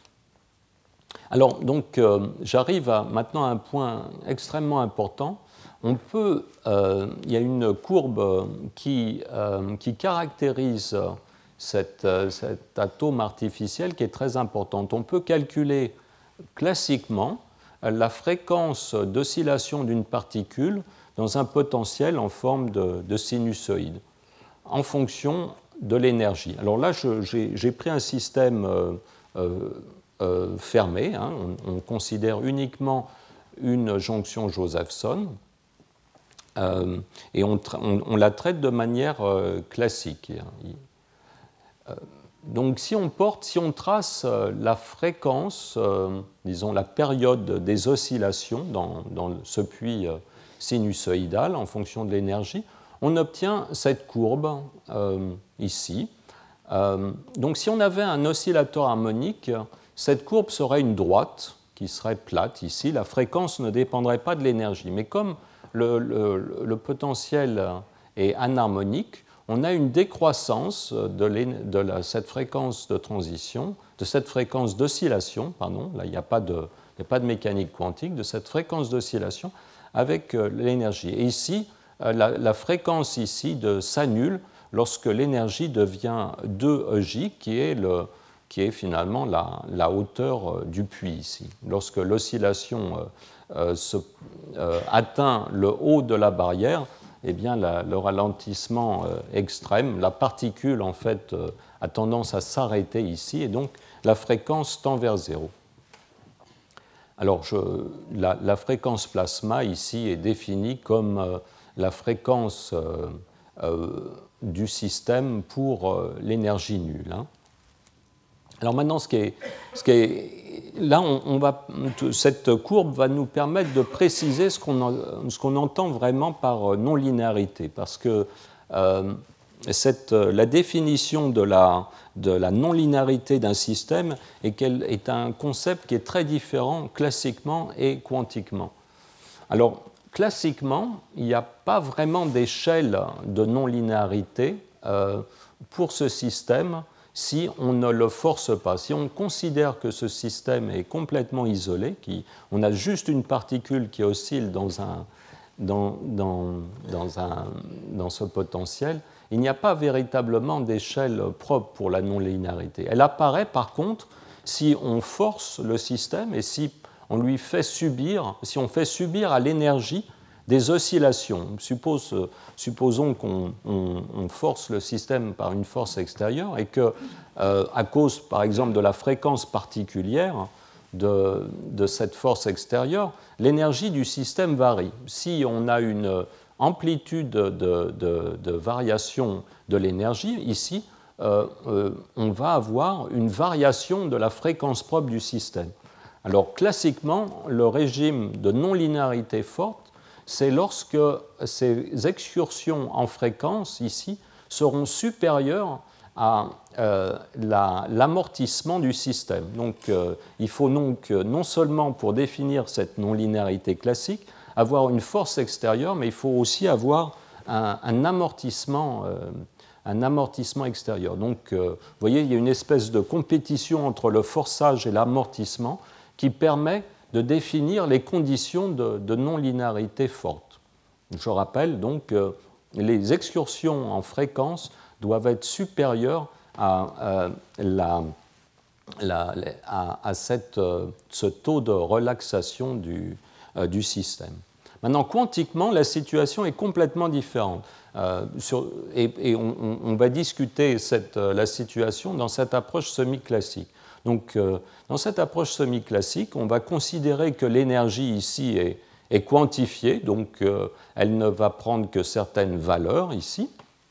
Alors donc euh, j'arrive à, maintenant à un point extrêmement important. On peut, euh, il y a une courbe qui, euh, qui caractérise cet, cet atome artificiel qui est très importante. On peut calculer classiquement la fréquence d'oscillation d'une particule dans un potentiel en forme de, de sinusoïde en fonction de l'énergie. Alors là, j'ai pris un système euh, euh, fermé, hein, on, on considère uniquement une jonction Josephson euh, et on, on, on la traite de manière euh, classique. Euh, Donc si on porte, si on trace la fréquence, euh, disons la période des oscillations dans, dans ce puits sinusoïdal en fonction de l'énergie, on obtient cette courbe euh, ici. Euh, donc si on avait un oscillateur harmonique, cette courbe serait une droite qui serait plate ici. La fréquence ne dépendrait pas de l'énergie. Mais comme le, le, le potentiel est anharmonique, on a une décroissance de, de la, cette fréquence de transition, de cette fréquence d'oscillation, pardon, là il n'y a, a pas de mécanique quantique, de cette fréquence d'oscillation avec euh, l'énergie. Et ici, euh, la, la fréquence ici s'annule lorsque l'énergie devient deux E J, qui est, le, qui est finalement la, la hauteur euh, du puits ici. Lorsque l'oscillation euh, euh, se, euh, atteint le haut de la barrière, eh bien, la, le ralentissement euh, extrême, la particule en fait euh, a tendance à s'arrêter ici, et donc la fréquence tend vers zéro. Alors, je, la, la fréquence plasma ici est définie comme euh, la fréquence euh, euh, du système pour euh, l'énergie nulle. Hein. Alors maintenant, ce qui est, ce qui est, là, on, on va, cette courbe va nous permettre de préciser ce qu'on, ce qu'on entend vraiment par non-linéarité, parce que euh, cette, la définition de la, de la non-linéarité d'un système est, qu'elle est un concept qui est très différent classiquement et quantiquement. Alors, classiquement, il n'y a pas vraiment d'échelle de non-linéarité euh, pour ce système si on ne le force pas. Si on considère que ce système est complètement isolé, qu'on a juste une particule qui oscille dans, un, dans, dans, dans, un, dans ce potentiel, il n'y a pas véritablement d'échelle propre pour la non-linéarité. Elle apparaît par contre si on force le système et si on lui fait subir, si on fait subir à l'énergie des oscillations. Suppose, supposons qu'on on, on force le système par une force extérieure et que, euh, à cause, par exemple, de la fréquence particulière de, de cette force extérieure, l'énergie du système varie. Si on a une amplitude de, de, de variation de l'énergie, ici, euh, euh, on va avoir une variation de la fréquence propre du système. Alors, classiquement, le régime de non-linéarité forte, c'est lorsque ces excursions en fréquence, ici, seront supérieures à euh, la, l'amortissement du système. Donc, euh, il faut donc, non seulement pour définir cette non-linéarité classique, avoir une force extérieure, mais il faut aussi avoir un, un, amortissement, euh, un amortissement extérieur. Donc, euh, vous voyez, il y a une espèce de compétition entre le forçage et l'amortissement qui permet de définir les conditions de, de non-linéarité forte. Je rappelle donc que les excursions en fréquence doivent être supérieures à, à, la, la, à, à cette, ce taux de relaxation du, euh, du système. Maintenant, quantiquement, la situation est complètement différente. Euh, sur, et et on, on va discuter cette, la situation dans cette approche semi-classique. Donc, euh, dans cette approche semi-classique, on va considérer que l'énergie ici est, est quantifiée, donc euh, elle ne va prendre que certaines valeurs ici.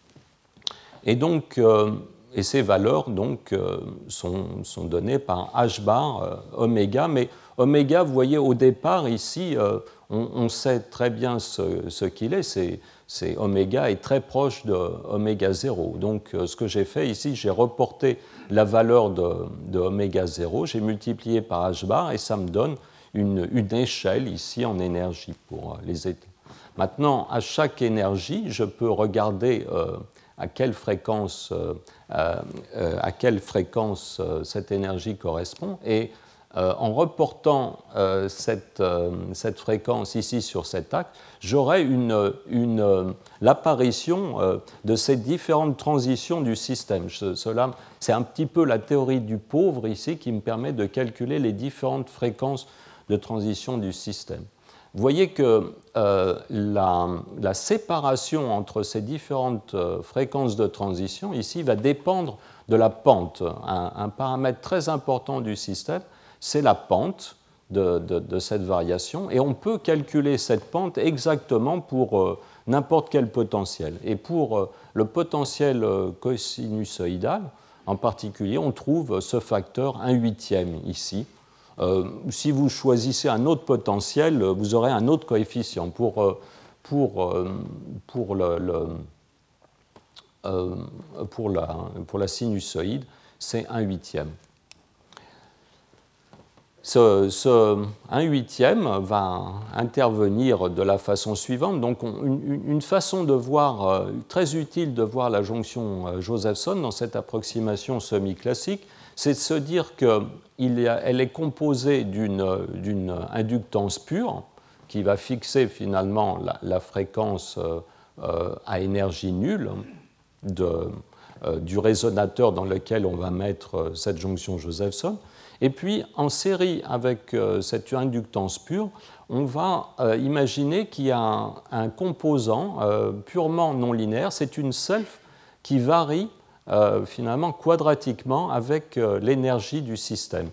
Et, donc, euh, et ces valeurs donc, euh, sont, sont données par h bar euh, oméga, mais oméga, vous voyez, au départ, ici, euh, on, on sait très bien ce, ce qu'il est, c'est, c'est oméga est très proche de oméga zéro. Donc, euh, ce que j'ai fait ici, j'ai reporté la valeur de, de oméga zéro, j'ai multiplié par h bar et ça me donne une, une échelle ici en énergie pour les états. Maintenant, à chaque énergie, je peux regarder euh, à quelle fréquence, euh, euh, à quelle fréquence euh, cette énergie correspond et euh, en reportant euh, cette, euh, cette fréquence ici sur cet axe, j'aurai une, une, l'apparition euh, de ces différentes transitions du système. Ce, cela, c'est un petit peu la théorie du pauvre ici qui me permet de calculer les différentes fréquences de transition du système. Vous voyez que euh, la, la séparation entre ces différentes euh, fréquences de transition ici va dépendre de la pente. Un, un paramètre très important du système, c'est la pente de, de, de cette variation, et on peut calculer cette pente exactement pour euh, n'importe quel potentiel. Et pour euh, le potentiel euh, cosinusoïdal, en particulier, on trouve ce facteur un huitième ici. Euh, si vous choisissez un autre potentiel, vous aurez un autre coefficient. Pour, euh, pour, euh, pour, le, le, euh, pour, la, pour la sinusoïde, c'est un huitième. Ce, ce un huitième va intervenir de la façon suivante. Donc, on, une, une façon de voir, euh, très utile de voir la jonction euh, Josephson dans cette approximation semi-classique, c'est de se dire qu'elle est composée d'une, d'une inductance pure qui va fixer finalement la, la fréquence euh, à énergie nulle de, euh, du résonateur dans lequel on va mettre euh, cette jonction Josephson. Et puis, en série avec euh, cette inductance pure, on va euh, imaginer qu'il y a un, un composant euh, purement non linéaire, c'est une self qui varie euh, finalement quadratiquement avec euh, l'énergie du système.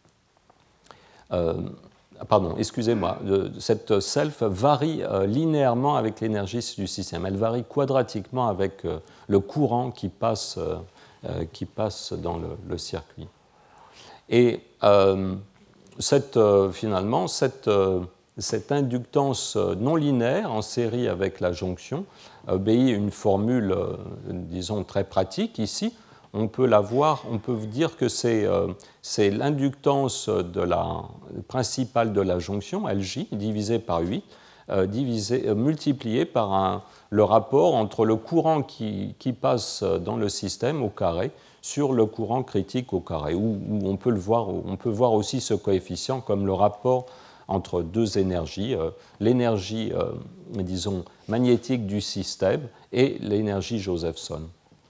Euh, pardon, excusez-moi, cette self varie euh, linéairement avec l'énergie du système. Elle varie quadratiquement avec euh, le courant qui passe, euh, euh, qui passe dans le, le circuit. Et euh, cette, euh, finalement, cette, euh, cette inductance non linéaire en série avec la jonction obéit à une formule, euh, disons, très pratique ici. On peut la voir, on peut dire que c'est euh, l'inductance de la, principale de la jonction, L J, divisée par huit, euh, divisé, euh, multipliée par un, le rapport entre le courant qui, qui passe dans le système au carré sur le courant critique au carré, où, où on peut le voir, on peut voir aussi ce coefficient comme le rapport entre deux énergies, euh, l'énergie, euh, disons, magnétique du système et l'énergie Josephson.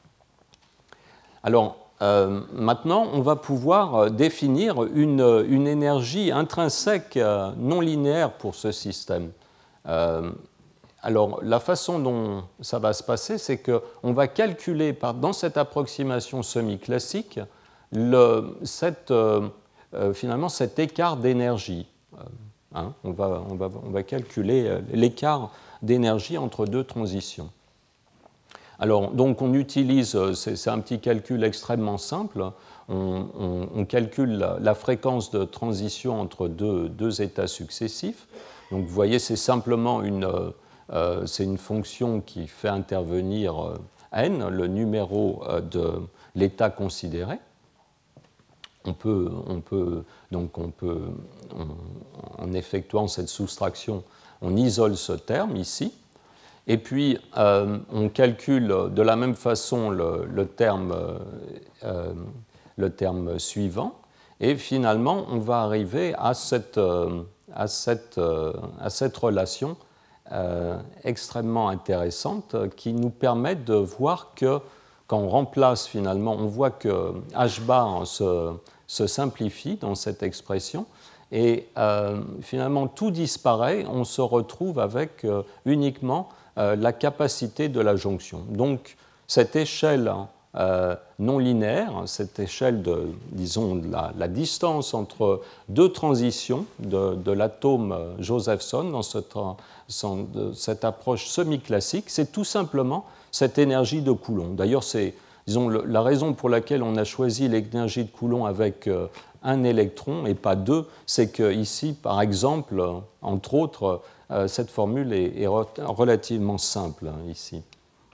Alors, euh, maintenant, on va pouvoir définir une, une énergie intrinsèque euh, non linéaire pour ce système. Euh, alors, la façon dont ça va se passer, c'est qu'on va calculer par, dans cette approximation semi-classique le, cette, euh, finalement cet écart d'énergie. Euh, hein, on, va, on, va, on va calculer l'écart d'énergie entre deux transitions. Alors, donc, on utilise, c'est un petit calcul extrêmement simple, on, on, on calcule la, la fréquence de transition entre deux, deux états successifs. Donc, vous voyez, c'est simplement une, euh, c'est une fonction qui fait intervenir euh, n, le numéro euh, de l'état considéré. On peut, on peut, donc, on peut on, en effectuant cette soustraction, on isole ce terme ici. Et puis, euh, on calcule de la même façon le, le, terme, euh, le terme suivant. Et finalement, on va arriver à cette, euh, à cette, euh, à cette relation euh, extrêmement intéressante qui nous permet de voir que, quand on remplace finalement, on voit que H bar se, se simplifie dans cette expression. Et euh, finalement, tout disparaît. On se retrouve avec euh, uniquement la capacité de la jonction. Donc, cette échelle euh, non linéaire, cette échelle de, disons, de la, la distance entre deux transitions de, de l'atome Josephson dans cette, cette approche semi-classique, c'est tout simplement cette énergie de Coulomb. D'ailleurs, c'est, disons, le, la raison pour laquelle on a choisi l'énergie de Coulomb avec euh, un électron et pas deux, c'est qu'ici, par exemple, entre autres, cette formule est relativement simple ici.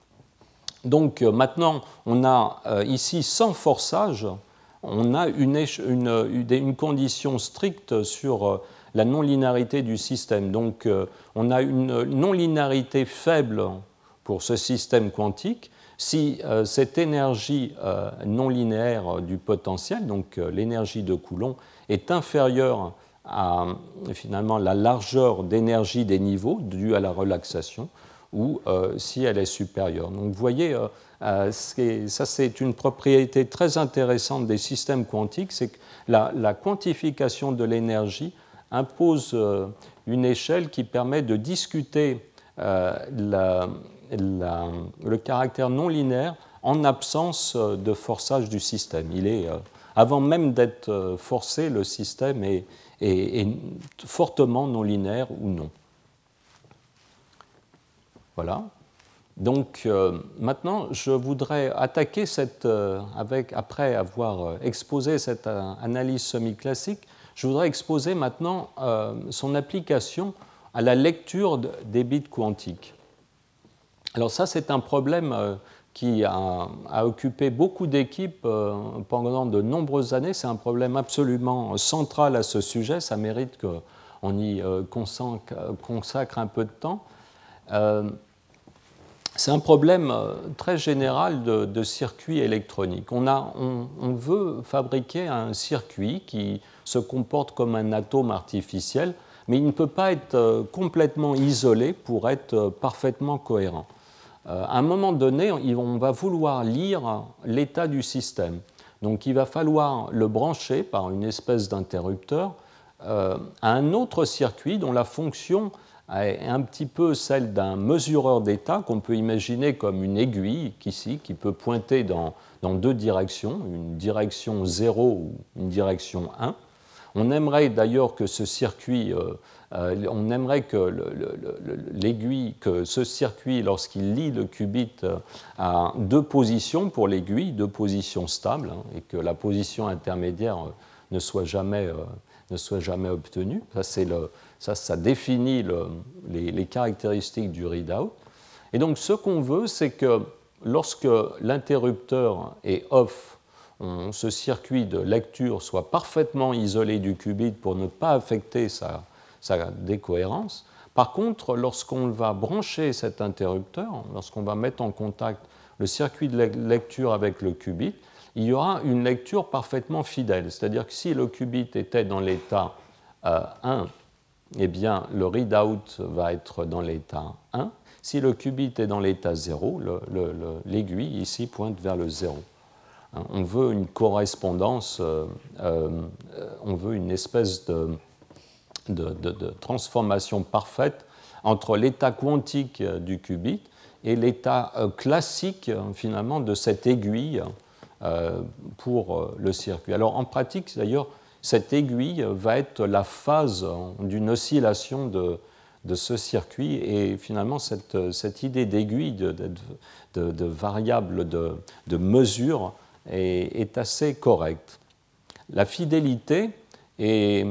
Donc maintenant, on a ici, sans forçage, on a une, une, une condition stricte sur la non-linéarité du système. Donc on a une non-linéarité faible pour ce système quantique si cette énergie non linéaire du potentiel, donc l'énergie de Coulomb, est inférieure à finalement la largeur d'énergie des niveaux due à la relaxation, ou euh, si elle est supérieure. Donc vous voyez, euh, euh, ça c'est une propriété très intéressante des systèmes quantiques, c'est que la, la quantification de l'énergie impose euh, une échelle qui permet de discuter euh, la, la, le caractère non linéaire en absence de forçage du système. Il est, euh, avant même d'être forcé, le système est Et, et fortement non linéaire ou non. Voilà. Donc euh, maintenant, je voudrais attaquer cette, euh, avec, après avoir exposé cette euh, analyse semi-classique, je voudrais exposer maintenant euh, son application à la lecture de, des bits quantiques. Alors ça, c'est un problème euh, qui a, a occupé beaucoup d'équipes euh, pendant de nombreuses années. C'est un problème absolument central à ce sujet. Ça mérite qu'on y euh, consacre, consacre un peu de temps. Euh, c'est un problème très général de, de circuit électronique. On, a, on, on veut fabriquer un circuit qui se comporte comme un atome artificiel, mais il ne peut pas être complètement isolé pour être parfaitement cohérent. euh, à un moment donné, on va vouloir lire l'état du système. Donc il va falloir le brancher par une espèce d'interrupteur euh, à un autre circuit dont la fonction est un petit peu celle d'un mesureur d'état qu'on peut imaginer comme une aiguille ici, qui peut pointer dans, dans deux directions, une direction zéro ou une direction un. On aimerait d'ailleurs que ce circuit, euh, euh, on aimerait que l'aiguille, que ce circuit, lorsqu'il lit le qubit, euh, a deux positions pour l'aiguille, deux positions stables, hein, et que la position intermédiaire euh, ne soit jamais, euh, ne soit jamais obtenue. Ça, c'est le, ça, ça définit le, les, les caractéristiques du readout. Et donc, ce qu'on veut, c'est que lorsque l'interrupteur est off, on, ce circuit de lecture soit parfaitement isolé du qubit pour ne pas affecter sa, sa décohérence. Par contre, lorsqu'on va brancher cet interrupteur, lorsqu'on va mettre en contact le circuit de lecture avec le qubit, il y aura une lecture parfaitement fidèle. C'est-à-dire que si le qubit était dans l'état euh, un, eh bien, le readout va être dans l'état un. Si le qubit est dans l'état zéro, l'aiguille ici pointe vers le zéro. On veut une correspondance, euh, euh, on veut une espèce de, de, de, de transformation parfaite entre l'état quantique du qubit et l'état euh, classique, finalement, de cette aiguille euh, pour euh, le circuit. Alors, en pratique, d'ailleurs, cette aiguille va être la phase d'une oscillation de, de ce circuit, et finalement, cette, cette idée d'aiguille, de, de, de, de variable de, de mesure, est, est assez correcte. La fidélité, est,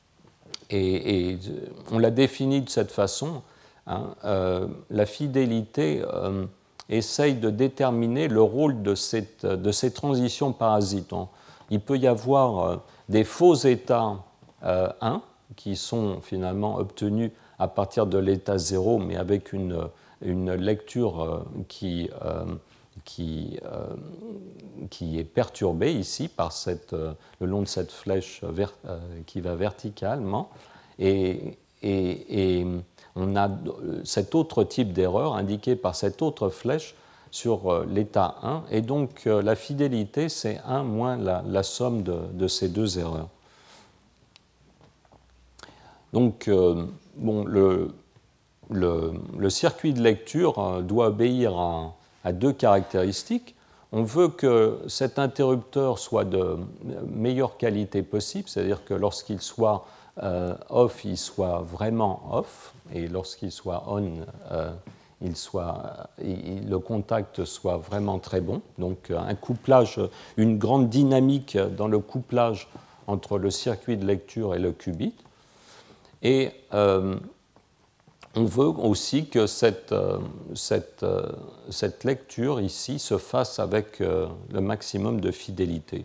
est, est, on l'a définie de cette façon, hein, euh, la fidélité euh, essaye de déterminer le rôle de, cette, de ces transitions parasites. Il peut y avoir euh, des faux états euh, un qui sont finalement obtenus à partir de l'état zéro, mais avec une, une lecture euh, qui... Euh, Qui, euh, qui est perturbé ici par cette, euh, le long de cette flèche ver, euh, qui va verticalement. Et, et, et on a cet autre type d'erreur indiqué par cette autre flèche sur euh, l'état un. Et donc euh, la fidélité, c'est un moins la, la somme de, de ces deux erreurs. Donc, euh, bon, le, le, le circuit de lecture euh, doit obéir à à deux caractéristiques. On veut que cet interrupteur soit de meilleure qualité possible, c'est-à-dire que lorsqu'il soit euh, off, il soit vraiment off, et lorsqu'il soit on, euh, il soit, il, le contact soit vraiment très bon. Donc un couplage, une grande dynamique dans le couplage entre le circuit de lecture et le qubit. Et euh, on veut aussi que cette, cette, cette lecture ici se fasse avec le maximum de fidélité.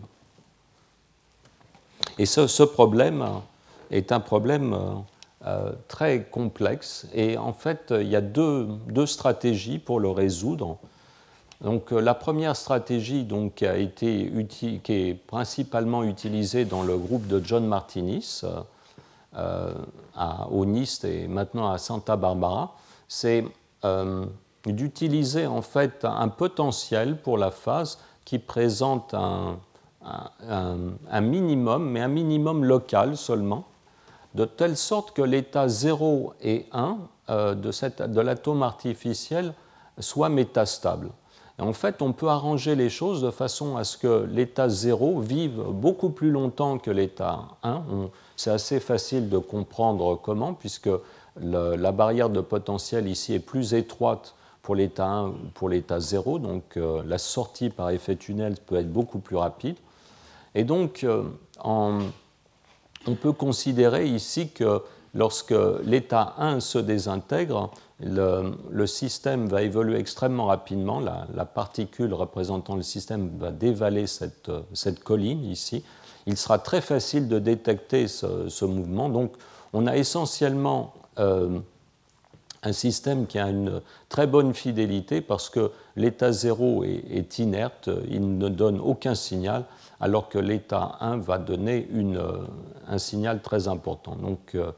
Et ce, ce problème est un problème euh, très complexe, et en fait, il y a deux, deux stratégies pour le résoudre. Donc, la première stratégie, donc, qui, a été uti- qui est principalement utilisée dans le groupe de John Martinis, Euh, à, au NIST et maintenant à Santa Barbara, c'est euh, d'utiliser en fait un potentiel pour la phase qui présente un, un, un minimum, mais un minimum local seulement, de telle sorte que l'état zéro et un euh, de, cette, de l'atome artificiel soient métastables. Et en fait, on peut arranger les choses de façon à ce que l'état zéro vive beaucoup plus longtemps que l'état un. On, c'est assez facile de comprendre comment, puisque le, la barrière de potentiel ici est plus étroite pour l'état un ou pour l'état zéro, donc euh, la sortie par effet tunnel peut être beaucoup plus rapide. Et donc, euh, en, on peut considérer ici que lorsque l'état un se désintègre, le, le système va évoluer extrêmement rapidement, la, la particule représentant le système va dévaler cette, cette colline ici. Il sera très facile de détecter ce, ce mouvement. Donc, on a essentiellement euh, un système qui a une très bonne fidélité parce que l'état zéro est, est inerte, il ne donne aucun signal, alors que l'état un va donner une, un signal très important. Donc, euh,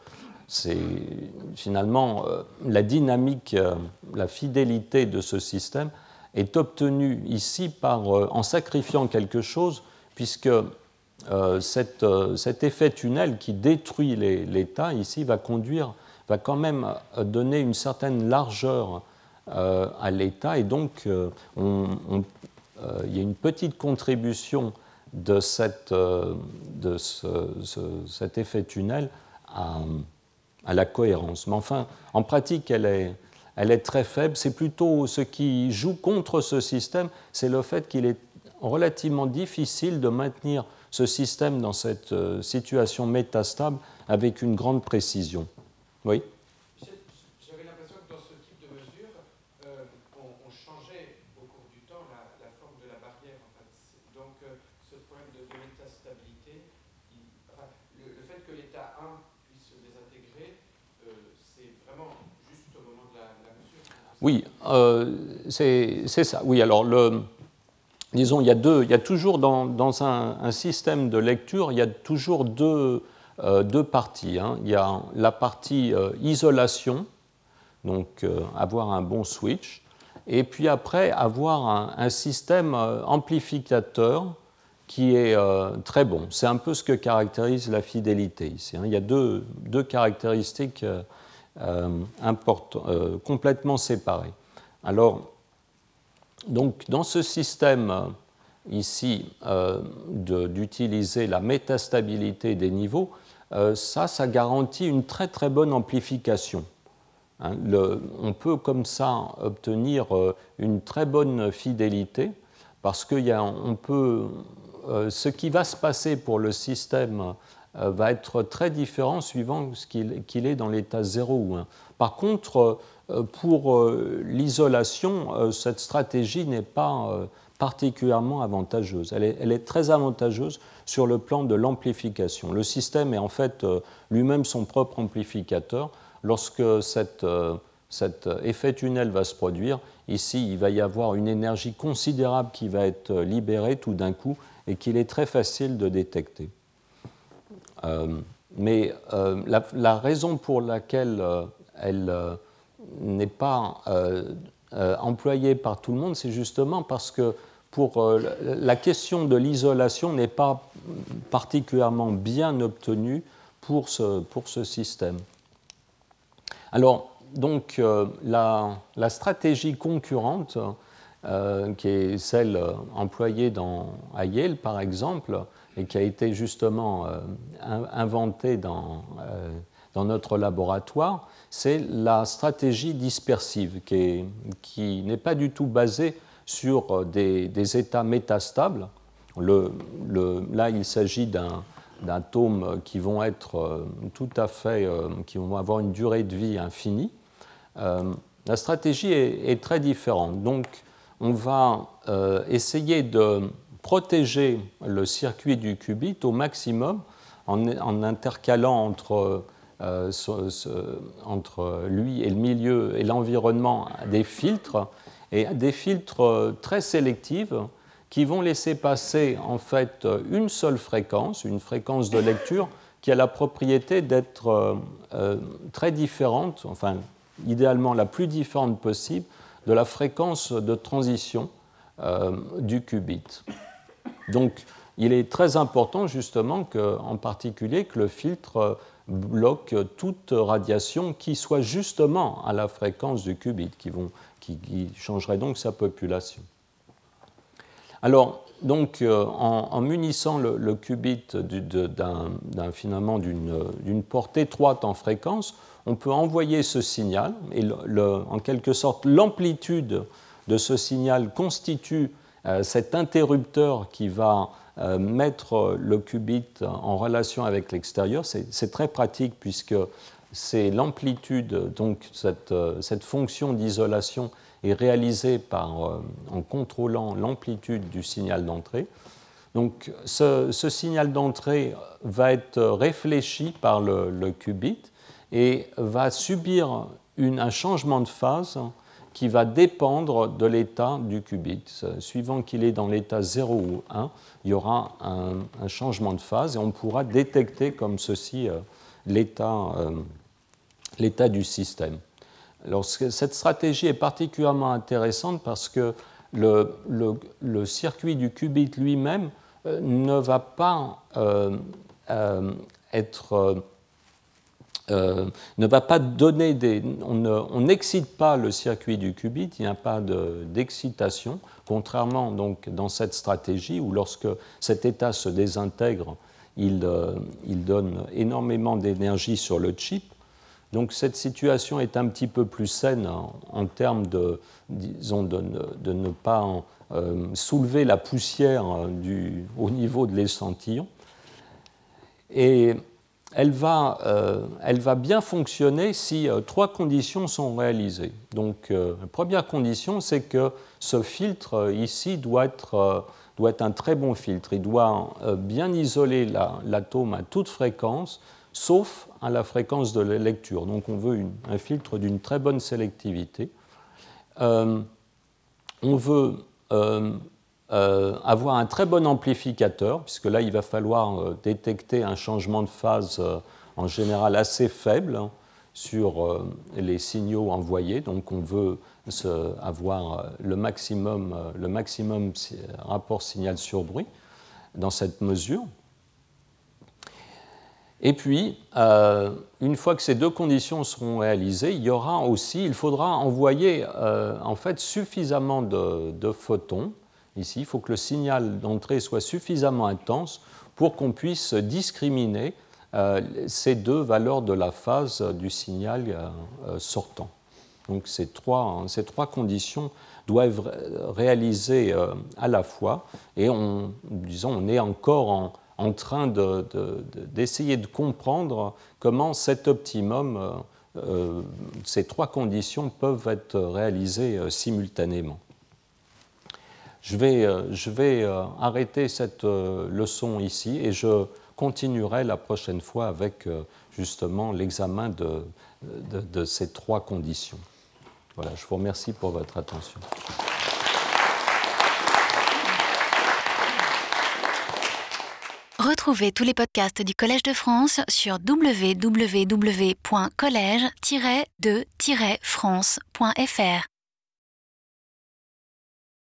c'est finalement euh, la dynamique, euh, la fidélité de ce système est obtenue ici par, euh, en sacrifiant quelque chose, puisque euh, cette, euh, cet effet tunnel qui détruit l'état ici va conduire, va quand même donner une certaine largeur euh, à l'état, et donc euh, on, on, euh, il y a une petite contribution de, cette, euh, de ce, ce, cet effet tunnel à, à la cohérence. Mais enfin, en pratique, elle est, elle est très faible. C'est plutôt ce qui joue contre ce système, c'est le fait qu'il est relativement difficile de maintenir ce système dans cette euh, situation métastable avec une grande précision. Oui. J'avais l'impression que dans ce type de mesure, euh, on, on changeait au cours du temps la, la forme de la barrière. En fait. Donc, euh, ce problème de, de métastabilité, il, enfin, le, le fait que l'état un puisse se désintégrer, euh, c'est vraiment juste au moment de la, de la mesure. Oui, euh, c'est ça. Oui, alors, le, disons, il y a, deux, il y a toujours dans, dans un, un système de lecture, il y a toujours deux. Euh, deux parties. Hein. Il y a la partie euh, isolation, donc euh, avoir un bon switch, et puis après avoir un, un système euh, amplificateur qui est euh, très bon. C'est un peu ce que caractérise la fidélité ici. Hein. Il y a deux, deux caractéristiques euh, euh, euh, complètement séparées. Alors, donc, dans ce système euh, ici euh, d'utiliser la métastabilité des niveaux, Euh, ça, ça garantit une très très bonne amplification. Hein, le, on peut comme ça obtenir euh, une très bonne fidélité parce que y a, on peut, euh, ce qui va se passer pour le système euh, va être très différent suivant ce qu'il, qu'il est dans l'état zéro ou un. Par contre, euh, pour euh, l'isolation, euh, cette stratégie n'est pas euh, particulièrement avantageuse. Elle est, elle est très avantageuse sur le plan de l'amplification. Le système est en fait euh, lui-même son propre amplificateur. Lorsque cette, euh, cet effet tunnel va se produire, ici, il va y avoir une énergie considérable qui va être libérée tout d'un coup et qu'il est très facile de détecter. Euh, mais euh, la, la raison pour laquelle euh, elle euh, n'est pas euh, euh, employée par tout le monde, c'est justement parce que pour, euh, la question de l'isolation n'est pas particulièrement bien obtenue pour ce, pour ce système. Alors, donc, euh, la, la stratégie concurrente, euh, qui est celle employée dans, à Yale, par exemple, et qui a été justement euh, inventée dans, euh, dans notre laboratoire, c'est la stratégie dispersive, qui, est, qui n'est pas du tout basée sur des, des états métastables. Le, le, là, il s'agit d'un d'atomes qui vont être euh, tout à fait, euh, qui vont avoir une durée de vie infinie. Euh, la stratégie est, est très différente. Donc, on va euh, essayer de protéger le circuit du qubit au maximum en, en intercalant entre, euh, ce, ce, entre lui et le milieu et l'environnement des filtres, et des filtres très sélectifs qui vont laisser passer en fait une seule fréquence, une fréquence de lecture qui a la propriété d'être euh, euh, très différente, enfin idéalement la plus différente possible, de la fréquence de transition euh, du qubit. Donc il est très important justement que, en particulier que le filtre bloque toute radiation qui soit justement à la fréquence du qubit, qui, vont, qui, qui changerait donc sa population. Alors, donc, euh, en, en munissant le, le qubit du, de, d'un, d'un, finalement d'une porte étroite en fréquence, on peut envoyer ce signal, et le, le, en quelque sorte, l'amplitude de ce signal constitue euh, cet interrupteur qui va euh, mettre le qubit en relation avec l'extérieur. C'est, c'est très pratique puisque c'est l'amplitude, donc cette, cette fonction d'isolation est réalisée par, euh, en contrôlant l'amplitude du signal d'entrée. Donc ce, ce signal d'entrée va être réfléchi par le, le qubit et va subir une, un changement de phase qui va dépendre de l'état du qubit. Suivant qu'il est dans l'état zéro ou un, il y aura un, un changement de phase et on pourra détecter comme ceci euh, l'état, euh, l'état du système. Alors, cette stratégie est particulièrement intéressante parce que le, le, le circuit du qubit lui-même euh, ne va pas euh, euh, être... Euh, euh, ne va pas donner des... On n'excite pas le circuit du qubit, il n'y a pas d'excitation, contrairement donc dans cette stratégie où lorsque cet état se désintègre, il, euh, il donne énormément d'énergie sur le chip. Donc cette situation est un petit peu plus saine en, en termes de, disons, de, ne, de ne pas en, euh, soulever la poussière du, au niveau de l'échantillon. Et elle va, euh, elle va bien fonctionner si euh, trois conditions sont réalisées. Donc euh, la première condition, c'est que ce filtre euh, ici doit être, euh, doit être un très bon filtre. Il doit euh, bien isoler l'atome la, à toute fréquence, sauf à la fréquence de la lecture. Donc on veut une, un filtre d'une très bonne sélectivité. Euh, on veut euh, euh, avoir un très bon amplificateur, puisque là il va falloir euh, détecter un changement de phase euh, en général assez faible hein, sur euh, les signaux envoyés. Donc on veut se, avoir le maximum, euh, le maximum rapport signal sur bruit dans cette mesure. Et puis, euh, une fois que ces deux conditions seront réalisées, il y aura aussi, il faudra envoyer euh, en fait suffisamment de, de photons. Ici, il faut que le signal d'entrée soit suffisamment intense pour qu'on puisse discriminer euh, ces deux valeurs de la phase du signal euh, sortant. Donc, ces trois, ces trois conditions doivent être réalisées euh, à la fois, et on, disons, on est encore en en train de, de, de, d'essayer de comprendre comment cet optimum, euh, euh, ces trois conditions peuvent être réalisées euh, simultanément. Je vais, euh, je vais euh, arrêter cette euh, leçon ici et je continuerai la prochaine fois avec euh, justement l'examen de, de, de ces trois conditions. Voilà, je vous remercie pour votre attention. Retrouvez tous les podcasts du Collège de France sur w w w point collège tiret de tiret france point f r.